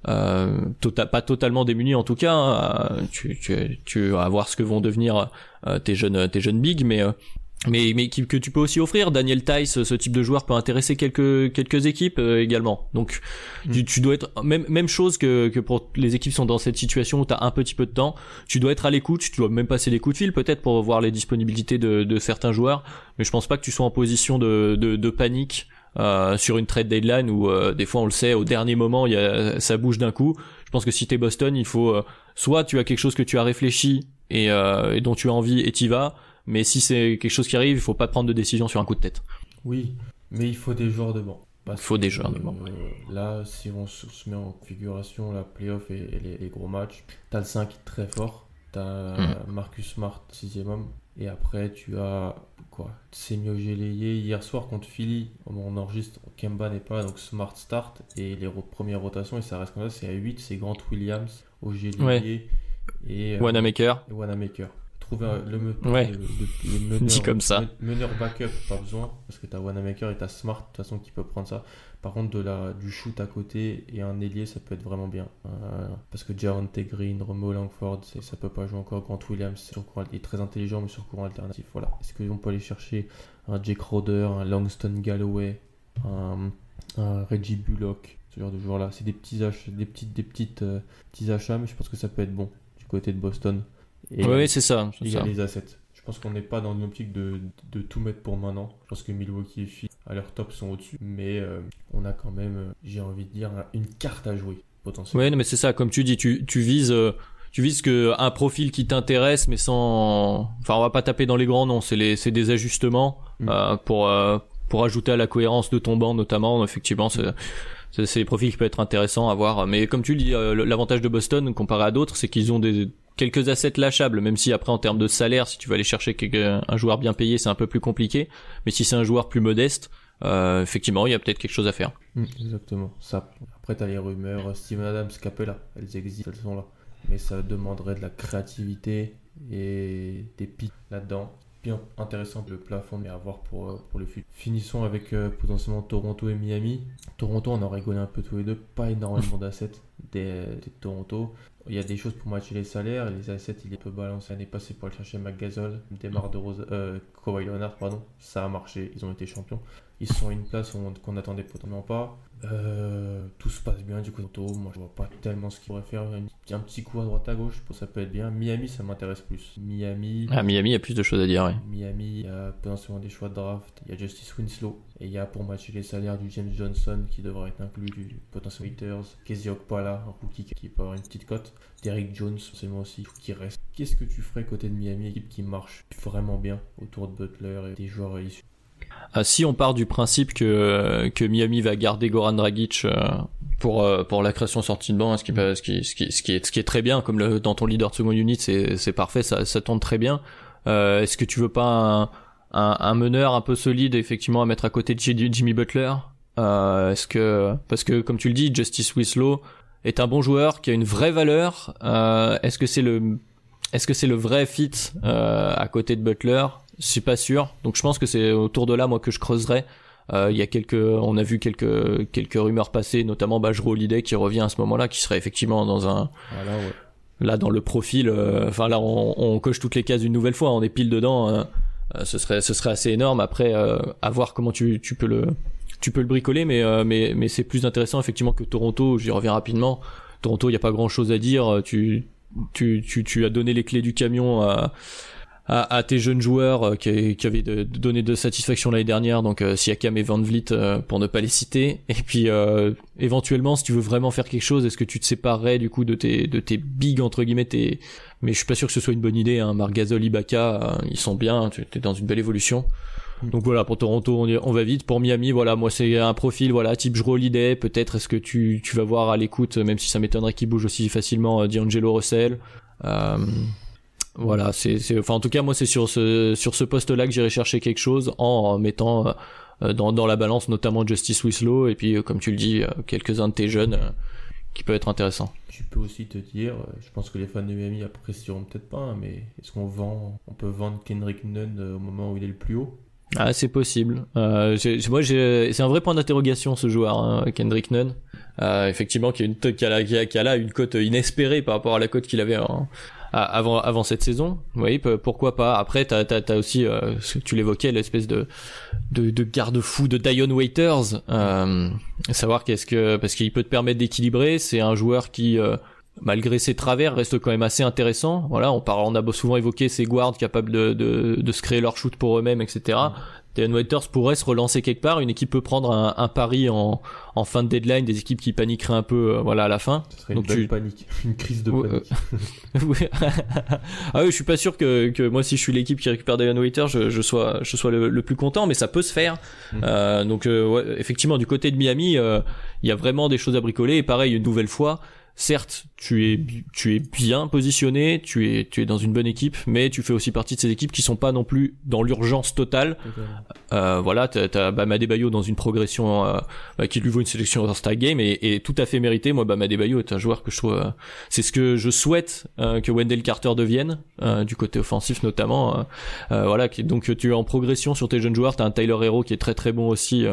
pas totalement démuni en tout cas, hein. Tu vas voir ce que vont devenir tes jeunes bigs, mais que tu peux aussi offrir. Daniel Tice, ce type de joueur peut intéresser quelques équipes également. Donc tu dois être même chose que pour les équipes qui sont dans cette situation où t'as un petit peu de temps, tu dois être à l'écoute, tu dois même passer des coups de fil peut-être pour voir les disponibilités de certains joueurs, mais je pense pas que tu sois en position de panique sur une trade deadline où des fois on le sait, au dernier moment ça bouge d'un coup. Je pense que si t'es Boston, il faut soit tu as quelque chose que tu as réfléchi et dont tu as envie et t'y vas, mais si c'est quelque chose qui arrive, il faut pas prendre de décision sur un coup de tête. Oui, mais il faut des joueurs de banc. Il faut des joueurs de banc. Là, si on se met en configuration, la playoff et les gros matchs, t'as le 5 très fort, t'as Marcus Smart 6e homme, et après tu as Semio Géléié hier soir contre Philly, on enregistre, Kemba n'est pas, donc Smart start, et les premières rotations, et ça reste comme ça, c'est à 8, c'est Grant Williams, Géléié et Wanamaker. Trouver le meneur, dit comme ça. Meneur backup, pas besoin, parce que t'as Wanamaker et t'as Smart, de toute façon, qui peut prendre ça. Par contre, du shoot à côté et un ailier, ça peut être vraiment bien. Parce que Javonte Green, Romeo Langford, ça peut pas jouer encore. Grant Williams, il est très intelligent, mais sur courant alternatif. Voilà. Est-ce qu'on peut aller chercher un Jake Roder, un Langston Galloway, un Reggie Bullock, ce genre de joueurs-là? C'est des petits achats, mais je pense que ça peut être bon du côté de Boston. Oui, c'est ça. Il y a les assets. Je pense qu'on n'est pas dans une optique de tout mettre pour maintenant. Je pense que Milwaukee et Philly, à leur top, sont au-dessus. Mais on a quand même, j'ai envie de dire, une carte à jouer potentiellement. Oui, mais c'est ça. Comme tu dis, tu vises un profil qui t'intéresse, mais sans... Enfin, on va pas taper dans les grands noms. C'est des ajustements pour ajouter à la cohérence de ton banc, notamment. Effectivement, c'est des profils qui peuvent être intéressants à voir. Mais comme tu le dis, l'avantage de Boston, comparé à d'autres, c'est qu'ils ont quelques assets lâchables, même si après en termes de salaire, si tu vas aller chercher un joueur bien payé, c'est un peu plus compliqué, mais si c'est un joueur plus modeste, effectivement il y a peut-être quelque chose à faire. Exactement, ça. Après t'as les rumeurs Steven Adams, Capella, elles existent, elles sont là, mais ça demanderait de la créativité et des pics là-dedans. Bien intéressant le plafond, mais à voir pour le futur. Finissons avec potentiellement Toronto et Miami. Toronto, on en rigolait un peu tous les deux, pas énormément d'assets des Toronto. Il y a des choses pour matcher les salaires, et les assets, il est peu balancé. L'année passée pour aller chercher McGasol, Demar DeRozan, Kawhi Leonard, ça a marché, ils ont été champions. Ils sont à une place qu'on n'attendait potentiellement pas. Tout se passe bien du coup. Moi je vois pas tellement ce qu'il pourrait faire. Un petit coup à droite à gauche, ça peut être bien. Miami, ça m'intéresse plus. Miami, il y a plus de choses à dire, oui. Miami, il y a potentiellement des choix de draft. Il y a Justice Winslow. Et il y a pour matcher les salaires du James Johnson qui devrait être inclus, du potentiel Hitters. Casey Okpala, un rookie qui peut avoir une petite cote. Derrick Jones, c'est moi aussi, qui reste. Qu'est-ce que tu ferais côté de Miami, équipe qui marche vraiment bien autour de Butler et des joueurs issus? Si on part du principe que Miami va garder Goran Dragic pour la création sortie de banc, ce qui est très bien, comme dans ton leader de second unit, c'est parfait, ça tourne très bien. Est-ce que tu veux pas un meneur un peu solide effectivement à mettre à côté de Jimmy Butler? Parce que comme tu le dis, Justice Winslow est un bon joueur qui a une vraie valeur. Est-ce que c'est le vrai fit à côté de Butler? Je suis pas sûr. Donc je pense que c'est autour de là moi que je creuserais. Il y a on a vu quelques rumeurs passer, notamment Jrue Holiday qui revient à ce moment-là, qui serait effectivement dans un là dans le profil, enfin là on coche toutes les cases une nouvelle fois, on est pile dedans. Ce serait assez énorme. Après, à voir comment tu peux le bricoler, mais c'est plus intéressant effectivement que Toronto. J'y reviens rapidement. Toronto, il y a pas grand chose à dire. Tu as donné les clés du camion à tes jeunes joueurs qui avaient donné de satisfaction l'année dernière, donc Siakam et Van Vliet pour ne pas les citer. Et puis éventuellement, si tu veux vraiment faire quelque chose, est-ce que tu te séparerais du coup de tes bigs entre guillemets, mais je suis pas sûr que ce soit une bonne idée, hein. Marc Gasol, Ibaka, ils sont bien, t'es dans une belle évolution. Donc voilà, pour Toronto, on va vite. Pour Miami, voilà, moi c'est un profil, voilà, type Jrue Holiday. Peut-être est-ce que tu vas voir à l'écoute, même si ça m'étonnerait qu'il bouge aussi facilement, D'Angelo Russell. Voilà, enfin en tout cas moi c'est sur ce poste-là que j'irai chercher quelque chose en mettant dans la balance notamment Justice Winslow et puis comme tu le dis quelques-uns de tes jeunes qui peuvent être intéressants. Tu peux aussi te dire, je pense que les fans de Miami apprécieront peut-être pas, hein, mais est-ce qu'on peut vendre Kendrick Nunn au moment où il est le plus haut? Ah, c'est possible. C'est un vrai point d'interrogation ce joueur, hein, Kendrick Nunn. Effectivement, qui a là une cote inespérée par rapport à la cote qu'il avait avant cette saison. Oui, pourquoi pas. Après, t'as aussi, tu l'évoquais, l'espèce de garde-fou de Dion Waiters. Savoir parce qu'il peut te permettre d'équilibrer. C'est un joueur qui, malgré ses travers, reste quand même assez intéressant. Voilà, on a souvent évoqué ces guards capables de se créer leur shoot pour eux-mêmes, etc. Dion Waiters pourrait se relancer quelque part. Une équipe peut prendre un pari en fin de deadline, des équipes qui paniqueraient un peu, à la fin. Ce serait une belle panique, une crise de panique. Ah oui, je suis pas sûr que moi, si je suis l'équipe qui récupère Dion Waiters, je sois le plus content, mais ça peut se faire. Donc ouais, effectivement, du côté de Miami, il y a vraiment des choses à bricoler. Et pareil, une nouvelle fois. Certes, tu es bien positionné, tu es dans une bonne équipe, mais tu fais aussi partie de ces équipes qui sont pas non plus dans l'urgence totale. Voilà, t'as Bam Adebayo dans une progression qui lui vaut une sélection All-Star Game et tout à fait mérité. Moi, Bam Adebayo est un joueur que je trouve, c'est ce que je souhaite que Wendell Carter devienne du côté offensif notamment. Voilà, donc tu es en progression sur tes jeunes joueurs. T'as un Tyler Hero qui est très très bon aussi.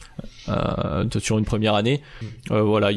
Sur une première année, voilà,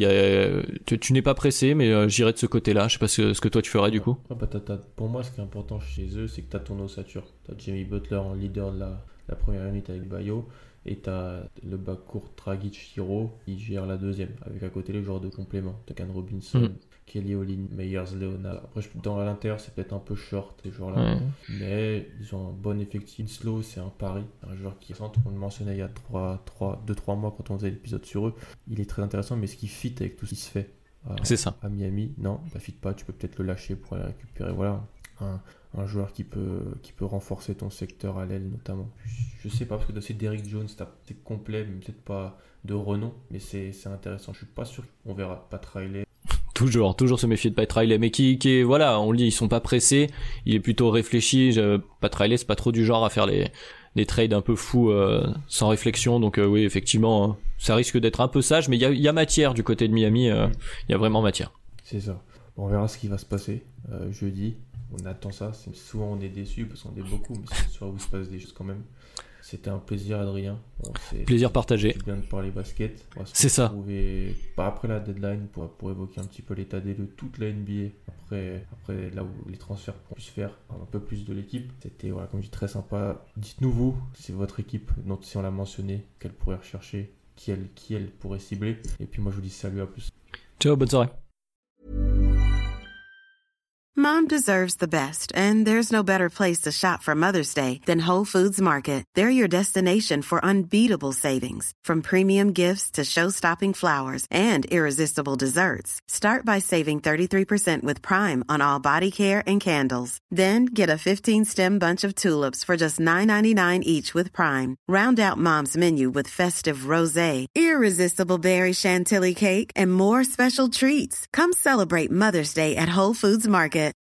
tu n'es pas pressé, mais j'irai de ce côté-là. Je sais pas ce que toi tu ferais du coup. Pour moi, ce qui est important chez eux, c'est que t'as ton ossature. T'as Jimmy Butler en leader de la première unité avec Bayo, et t'as le backcourt Dragic Hero qui gère la deuxième, avec à côté les joueurs de complément. T'as Ken Robinson, Kelly Olynyk, Meyers Leonard. Après, dans l'intérieur, c'est peut-être un peu short ces joueurs-là, mais ils ont un bon effectif. Slow, c'est un pari, un joueur qui centre. On le mentionnait il y a 2-3 mois quand on faisait l'épisode sur eux. Il est très intéressant, mais ce qui fit avec tout ce qui se fait c'est ça. À Miami, non, ça fit pas. Tu peux peut-être le lâcher pour aller récupérer. Voilà, un joueur qui peut renforcer ton secteur à l'aile notamment. Je sais pas, parce que dossier Derrick Jones, c'est complet, mais peut-être pas de renom, mais c'est intéressant. Je suis pas sûr qu'on verra Pat Riley. Toujours se méfier de Pat Riley, mais qui est, voilà, on le dit, ils sont pas pressés, il est plutôt réfléchi. Pat Riley, c'est pas trop du genre à faire les trades un peu fous sans réflexion, donc oui, effectivement, ça risque d'être un peu sage, mais il y a matière du côté de Miami, il y a vraiment matière. C'est ça. Bon, on verra ce qui va se passer jeudi. On attend ça. Souvent on est déçus parce qu'on est beaucoup, mais c'est une soirée où il se passe des choses quand même. C'était un plaisir, Adrien. Plaisir partagé. C'est bien de parler basket. C'est ça. Pas après la deadline pour évoquer un petit peu l'état des lieux de toute la NBA. Après là où les transferts pourront se faire, un peu plus de l'équipe. C'était, voilà, comme je dis, très sympa. Dites-nous vous, c'est votre équipe, donc si on l'a mentionné, qu'elle pourrait rechercher, qui elle pourrait cibler. Et puis moi je vous dis salut, à plus. Ciao, bonne soirée. Mom deserves the best, and there's no better place to shop for Mother's Day than Whole Foods Market. They're your destination for unbeatable savings, from premium gifts to show-stopping flowers and irresistible desserts. Start by saving 33% with Prime on all body care and candles. Then get a 15-stem bunch of tulips for just $9.99 each with Prime. Round out Mom's menu with festive rosé, irresistible berry chantilly cake, and more special treats. Come celebrate Mother's Day at Whole Foods Market.